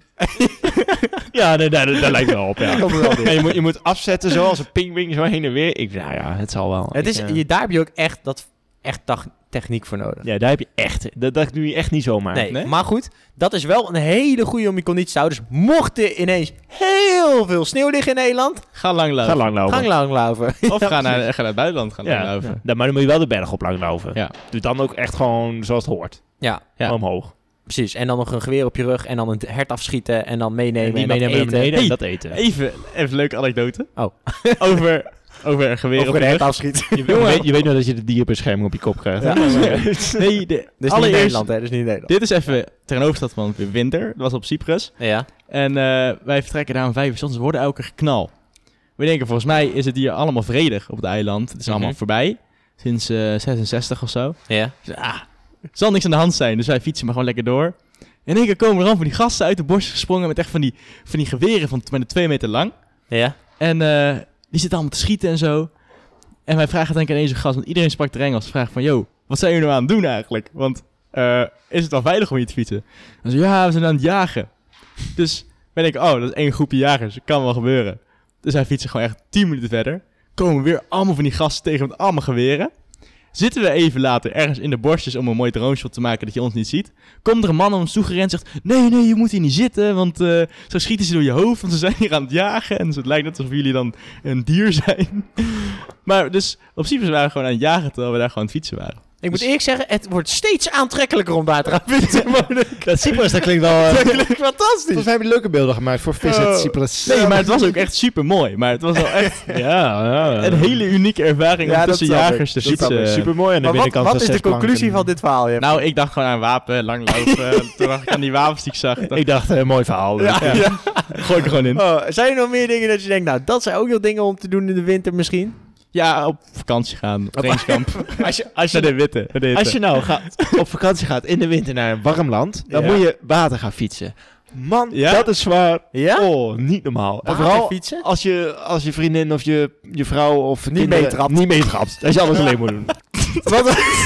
ja, nee, daar, daar lijkt wel op. Ja. Komt er wel door. Ja, je, moet, je moet afzetten zoals een pingwing, zo heen en weer. Ik, nou ja, het zal wel. Het is, Ik, eh, je, daar heb je ook echt, dat, echt tach- techniek voor nodig. ja, daar heb je echt. Dat, dat doe je echt niet zomaar. Nee, nee? maar goed, dat is wel een hele goede om je conditie te houden. Dus mocht er ineens heel veel sneeuw liggen in Nederland, Ga langlopen. Ga langlopen. gang langlaufen. Of ga, naar, ga naar het buitenland gaan Ja, langlopen. ja. Dan- maar dan moet je wel de berg op langlopen. Ja. Doe dan ook echt gewoon zoals het hoort. Ja, Ja. Omhoog. precies. En dan nog een geweer op je rug en dan een hert afschieten en dan meennemen Die en dat meenemen naar eten. beneden en Hey. dat eten. Even, even een leuke anekdote. Oh. over, over een geweer Of op een je hert rug. afschieten. Je, je, weet, je weet nog dat je de dierenbescherming op je kop krijgt. hè? Ja. Nee, de, Dit is niet allereerst, Nederland, hè? Dit is niet Nederland. dit is even tegenovergesteld van winter. Dat was op Cyprus. Ja. En uh, wij vertrekken daar om vijf uur 's ochtends. We worden elke keer geknal. We denken, volgens mij is het hier allemaal vredig op het eiland. Het is allemaal Mhm. voorbij. Sinds uh, zesenzestig of zo. Ja. Dus, ah, er zal niks aan de hand zijn. Dus wij fietsen maar gewoon lekker door. En in één keer komen er dan van die gasten uit de bos gesprongen met echt van die, van die geweren van bijna twee meter lang. Ja. En uh, die zitten allemaal te schieten en zo. En wij vragen denk ik aan deze gast, want iedereen sprak de Engels. Vragen van, yo, wat zijn jullie nou aan het doen eigenlijk? Want uh, is het wel veilig om hier te fietsen? En zo, ja, we zijn aan het jagen. Dus wij denken, oh, dat is één groepje jagers. Dat kan wel gebeuren. Dus wij fietsen gewoon echt tien minuten verder. Komen weer allemaal van die gasten tegen met allemaal geweren. Zitten we even later ergens in de bosjes om een mooi droneshot te maken dat je ons niet ziet. Komt er een man naar ons toegerend en zegt, nee, nee, je moet hier niet zitten, want uh, zo schieten ze door je hoofd, want ze zijn hier aan het jagen. En dus het lijkt net alsof jullie dan een dier zijn. Maar dus op zich waren we gewoon aan het jagen terwijl we daar gewoon aan het fietsen waren. Ik moet Dus- eerlijk zeggen, het wordt steeds aantrekkelijker om daar te gaan fietsen. Dat Cyprus, dat klinkt wel... Dat klinkt fantastisch. Volgens mij heb je leuke beelden gemaakt voor Visit Oh. Cyprus. Nee, maar het was ook echt super mooi. Maar het was wel echt Ja, ja. een hele unieke ervaring Ja, om dat tussen snap ik. jagers te Dat snap fietsen. ik. Super mooi. En Maar dan wat, binnenkant wat is de conclusie van dit verhaal? Jeff? Nou, ik dacht gewoon aan wapen, langlopen. Toen dacht ik aan die wapens die ik zag. dacht Ik dacht, een mooi verhaal. ja, Ja. ja. Gooi ik er gewoon in. Oh, zijn er nog meer dingen dat je denkt, nou, dat zijn ook nog dingen om te doen in de winter misschien? Ja, op vakantie gaan. Op trainingskamp. Als je, als Naar je, de witte. naar de hitte. als je nou gaat, op vakantie gaat in de winter naar een warm land, dan Ja. moet je water gaan fietsen. Man, Ja? dat is zwaar. Ja? Oh, niet normaal. En Water vooral fietsen? als je, als je vriendin of je, je vrouw of Niet kinderen meetrapt. Niet meetrapt. Dat je alles alleen moet doen. Wat,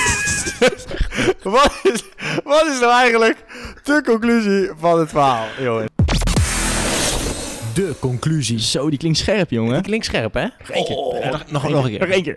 wat, is, wat is nou eigenlijk de conclusie van het verhaal, jongen? De conclusie. Zo, die klinkt scherp, jongen. Die klinkt scherp, hè? Oh, nog, nog, nog een keer. Nog één keer.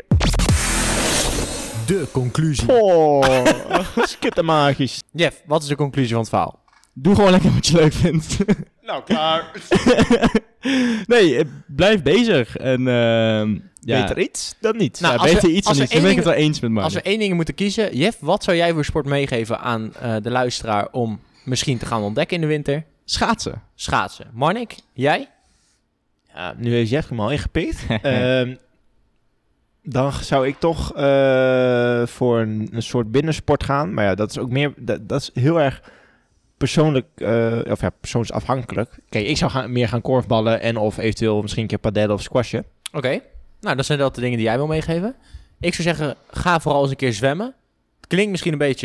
De conclusie. Oh, skittermagisch. Jeff, wat is de conclusie van het verhaal? Doe gewoon lekker wat je leuk vindt. Nou, klaar. nee, eh, blijf bezig. En ehm ja, Beter iets dan niet. Nou, ja, als beter we- iets als dan we iets. Dan ben ik één het wel eens met Mark. Als we één ding moeten kiezen, Jeff, wat zou jij voor sport meegeven aan uh, de luisteraar om misschien te gaan ontdekken in de winter? Schaatsen. Schaatsen. Marnik, jij? Ja, nu heeft Jeff hem al ingepikt. Ehm, dan zou ik toch eh, voor een, een soort binnensport gaan. Maar ja, dat is ook meer... Dat, dat is heel erg persoonlijk... eh, of ja, persoonsafhankelijk. Kijk, ik zou gaan, meer gaan korfballen en of eventueel misschien een keer padellen of squashen. Oké. Okay. Nou, dat zijn dat de dingen die jij wil meegeven. Ik zou zeggen, ga vooral eens een keer zwemmen. Het klinkt misschien een beetje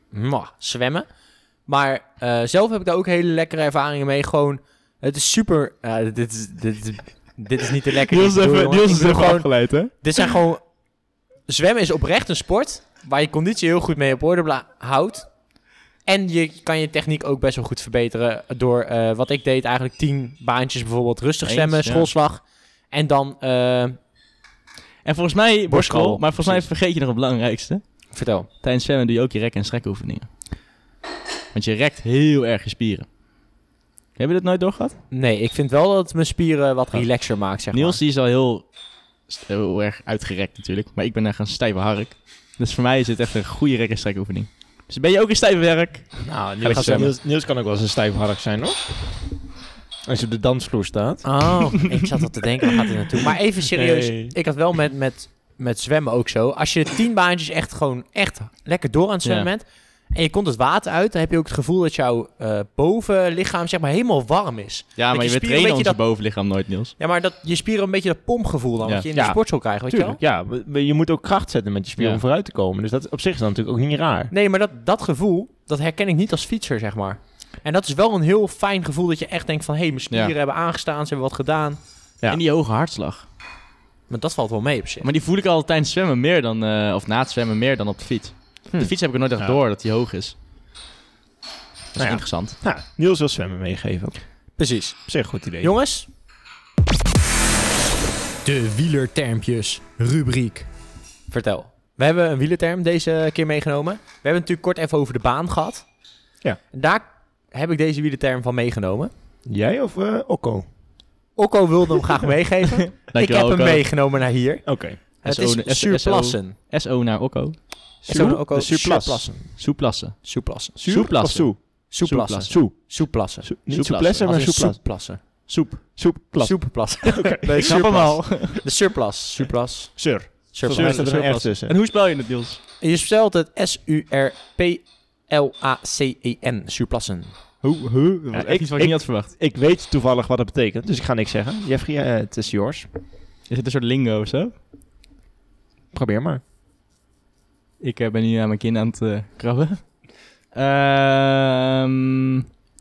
mwah, zwemmen. Maar uh, zelf heb ik daar ook hele lekkere ervaringen mee. Gewoon, het is super... Uh, dit, is, dit, is, dit is niet te lekker. Niels Ik bedoel, even, jongen, Niels ik is bedoel even gewoon, afgeleid, hè? dit zijn gewoon... Zwemmen is oprecht een sport waar je conditie heel goed mee op orde bla- houdt. En je kan je techniek ook best wel goed verbeteren door uh, wat ik deed, eigenlijk tien baantjes bijvoorbeeld rustig Eens, zwemmen, ja. schoolslag. En dan, uh, En volgens mij, Borstkrol, borstkrol, maar volgens mij precies. vergeet je nog het belangrijkste. vertel. Tijdens zwemmen doe je ook je rek- en strekoefeningen. Want je rekt heel erg je spieren. Heb je dat nooit doorgehad? Nee, ik vind wel dat het mijn spieren wat relaxer maakt, zeg Niels maar. die is al heel, heel erg uitgerekt natuurlijk. Maar ik ben echt een stijve hark. Dus voor mij is het echt een goede rek- en strekoefening. Dus ben je ook een stijve werk? Nou, Ga Niels, gaan zwemmen. Niels, Niels kan ook wel eens een stijf hark zijn, hoor. Als je op de dansvloer staat. Oh, ik zat al te denken, waar gaat hij naartoe? Maar even serieus, Nee. ik had wel met, met, met zwemmen ook zo. Als je tien baantjes echt gewoon echt lekker door aan het zwemmen Ja. bent... en je komt het water uit, dan heb je ook het gevoel dat jouw uh, bovenlichaam zeg maar helemaal warm is. Ja, Dat maar je je spieren trainen een onze beetje dat- bovenlichaam nooit, Niels. Ja, maar dat je spieren een beetje dat pompgevoel dan, Ja. wat je in Ja. de sportschool krijgt, weet je wel? Tuurlijk, ja. Maar je moet ook kracht zetten met je spieren Ja. om vooruit te komen. Dus dat op zich is dan natuurlijk ook niet raar. Nee, maar dat, dat gevoel, dat herken ik niet als fietser, zeg maar. En dat is wel een heel fijn gevoel dat je echt denkt van... hé, hey, mijn spieren Ja. hebben aangestaan, ze hebben wat gedaan. Ja. En die hoge hartslag. Maar dat valt wel mee op zich. Maar die voel ik al tijdens zwemmen meer dan... Uh, of na het zwemmen meer dan op de fiets. Hm. De fiets heb ik er nooit echt Ja. door dat die hoog is. Dat is Nou ja. interessant. Nou, Niels wil zwemmen meegeven. Op Precies. zich een goed idee. Jongens. De wielertermpjes rubriek. Vertel. We hebben een wielerterm deze keer meegenomen. We hebben het natuurlijk kort even over de baan gehad. Ja. En daar heb ik deze wielerterm van meegenomen. Jij of uh, Okko? Okko wilde hem graag meegeven. Ik Dankjewel, heb hem Okko. meegenomen naar hier. Oké. Het S O- is S O- surplassen. S O naar Okko. Zo, Okko, De surplus. surplassen. Soeplassen. Surplassen. Soep Soeplassen. of soe? Soeplassen. Soe. Soeplassen. Soe- Niet Soeplassen. soeplessen, maar Als in soeplas. soepplassen. Soep. Soeplas. Soepplassen. Oké. Nee, Ik snap hem al. De surplus. Surplus. Sur. Volgens Surplus. mij staat er een R Surplus. tussen. En hoe spel je het, Niels? Je spelt het S U R P L A C E N. Surplassen. Hoe? Hoe? Dat Ja, was ik- echt iets wat ik ik- niet had verwacht. Ik weet toevallig wat dat betekent, dus ik ga niks zeggen. Jeffrey, uh, het is yours. Is het een soort lingo of zo? Probeer maar. Ik uh, ben nu aan mijn kin aan het uh, krabben. Ehm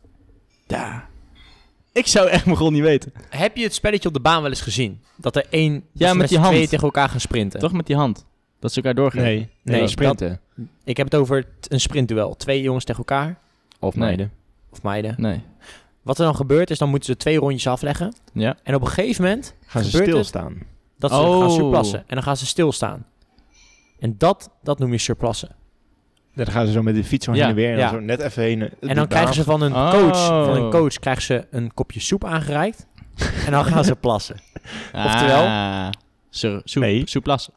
ja. Ik zou echt mijn god niet weten. Heb je het spelletje op de baan wel eens gezien? Dat er één... dat Ja, ze met z'n die hand. tweeën tegen elkaar gaan sprinten. Toch met die hand. Dat ze elkaar doorgaan. Nee, nee, Nee, sprinten. Ik heb het over t- een sprintduel. Twee jongens tegen elkaar. Of Nee. meiden. Of meiden. Nee. Wat er dan gebeurt is, dan moeten ze twee rondjes afleggen. Ja. En op een gegeven moment Gaan ze Gebeurt het? stilstaan. dat ze Oh. gaan surplassen. En dan gaan ze stilstaan. En dat, dat noem je surplassen. Dan gaan ze zo met de fiets zo Ja, heen en weer. En ja. dan zo net even heen. eh, En dan krijgen ze van een coach, Oh. van een coach krijgen ze een kopje soep aangereikt. En dan gaan ze plassen. Oftewel? Ah, sur, soep, Nee. soeplas.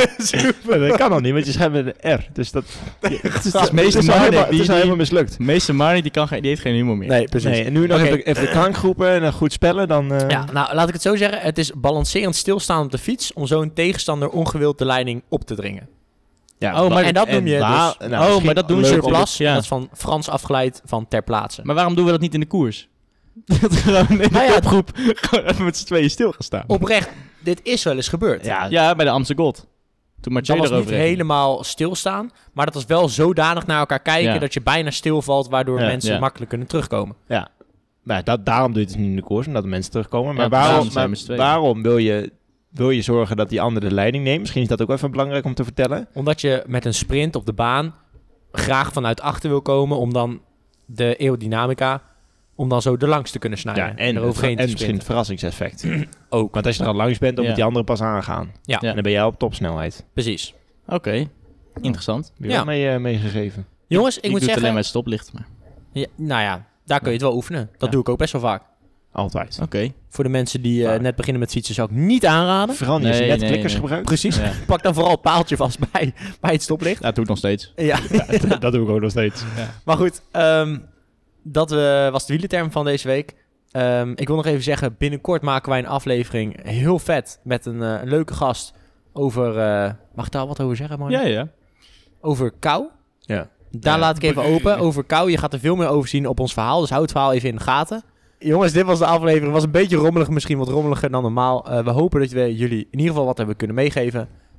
dat kan al niet, want je schrijft met een R. Dus dat... het is, is het meeste is al Marnik, helemaal, het die- is al die- helemaal mislukt. De meeste Marnie die, kan, geen- die heeft geen humor meer. Nee, precies. Nee, en nu nog Oké. even, even de klankgroepen en dan goed spellen, dan... eh, Ja, nou laat ik het zo zeggen. Het is balancerend stilstaan op de fiets om zo een tegenstander ongewild de leiding op te dringen. ja, Oh, maar en dat noem je waar- dus... nou, oh, misschien maar dat doen leuk ze om- surplus. ja. Dat is van Frans afgeleid van ter plaatse. Maar waarom doen we dat niet in de koers? Dat we gewoon in de Nou ja, kopgroep gewoon even met z'n tweeën stil gaan staan. Oprecht, dit is wel eens gebeurd. Ja, Ja, bij de Amsterdam Gold. Toen Mathieu Dat was erover niet reed. helemaal stilstaan, maar dat was wel zodanig naar elkaar kijken Ja. dat je bijna stilvalt, waardoor Ja, mensen ja. makkelijk kunnen terugkomen. ja. Nou, dat, daarom doe je het niet in de koers, omdat de mensen terugkomen. Maar Ja, waarom, daarom zijn we maar met z'n tweeën. waarom wil je, wil je zorgen dat die ander de leiding neemt? Misschien is dat ook even belangrijk om te vertellen. Omdat je met een sprint op de baan graag vanuit achter wil komen om dan de aerodynamica, om dan zo er langs te kunnen snijden. Ja, en, er overheen en te misschien het sprinten. verrassingseffect. Ook, Want als je er al langs bent, dan Ja. moet die andere pas aangaan. Ja. En dan ben jij op topsnelheid. precies. Oké, interessant. Heb je Ja. wel mee, eh, meegegeven? Jongens, ik, Ik moet doe het alleen zeggen... met stoplicht. Maar... Ja, nou ja, daar kun je het wel oefenen. Dat Ja. doe ik ook best wel vaak. Altijd. Oké. Voor de mensen die eh, Vaak. net beginnen met fietsen zou ik niet aanraden. Vooral niet als je Nee, net nee, klikkers nee. gebruikt. Precies. Ja. Pak dan vooral het paaltje vast bij, bij het stoplicht. Ja, dat doe ik nog steeds. Ja. dat doe ik ook nog steeds. Maar goed, ehm, dat eh, was de wielerterm van deze week. Ehm, ik wil nog even zeggen, binnenkort maken wij een aflevering heel vet met een, eh, een leuke gast over... eh, mag ik daar al wat over zeggen, man? Ja, ja. Over kou. Ja. Daar Ja. laat ik even open. Over kou. Je gaat er veel meer over zien op ons verhaal. Dus houd het verhaal even in de gaten. Jongens, dit was de aflevering. Het was een beetje rommelig, misschien wat rommeliger dan normaal. Uh, we hopen dat we jullie in ieder geval wat hebben kunnen meegeven.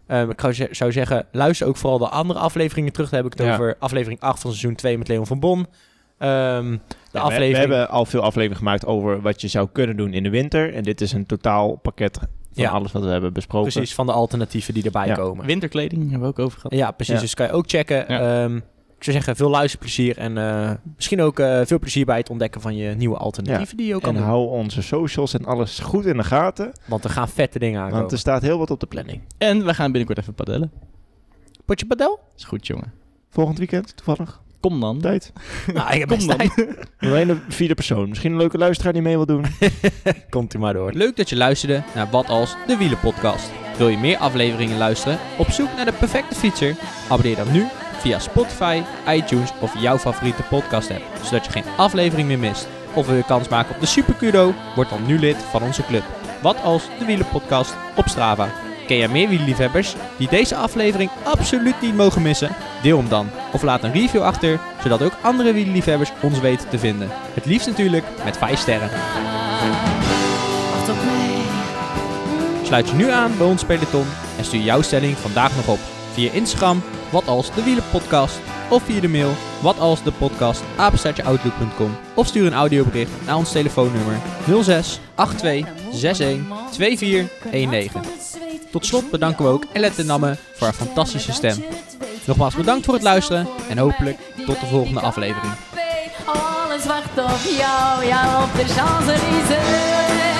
Um, ik zou, z- zou zeggen, luister ook vooral de andere afleveringen terug. Daar heb ik het Ja. over aflevering acht van seizoen twee met Leon van Bon. Um, de Ja, we- aflevering... We hebben al veel afleveringen gemaakt over wat je zou kunnen doen in de winter. En dit is een totaalpakket van Ja. alles wat we hebben besproken. Precies, van de alternatieven die erbij Ja. komen. Winterkleding hebben we ook over gehad. Ja, precies. Ja. Dus kan je ook checken. Ja. Um, ik zou zeggen, veel luisterplezier en uh, misschien ook uh, veel plezier bij het ontdekken van je nieuwe alternatieven die je ook kan En doen. hou onze socials en alles goed in de gaten. Want er gaan vette dingen aankomen. Want er staat heel wat op de planning. En we gaan binnenkort even padellen. Potje padel? Is goed, jongen. Volgend weekend, toevallig. Kom dan. Tijd. Nou, ik heb Kom best dan. tijd. Alleen een vierde persoon. Misschien een leuke luisteraar die mee wil doen. Komt u maar door. Leuk dat je luisterde naar Wat Als, de Wielenpodcast. Wil je meer afleveringen luisteren? Op zoek naar de perfecte fietser? Abonneer dan nu via Spotify, iTunes of jouw favoriete podcast app, zodat je geen aflevering meer mist. Of wil je kans maken op de Super Kudo? Word dan nu lid van onze club. Wat Als, de Wielenpodcast op Strava. Ken jij meer wielerliefhebbers die deze aflevering absoluut niet mogen missen? Deel hem dan. Of laat een review achter, zodat ook andere wielerliefhebbers ons weten te vinden. Het liefst natuurlijk met vijf sterren. Wacht op mij. Sluit je nu aan bij ons peloton en stuur jouw stelling vandaag nog op. Via Instagram, wat als de wielerpodcast. Of via de mail, wat als de podcast, apenstaartje outlook punt com. Of stuur een audiobericht naar ons telefoonnummer nul zes acht twee zes een twee vier een negen. Tot slot bedanken we ook Elette Namme voor haar fantastische stem. Nogmaals bedankt voor het luisteren en hopelijk tot de volgende aflevering. Alles wacht op jou, ja op de Champs-Élysées.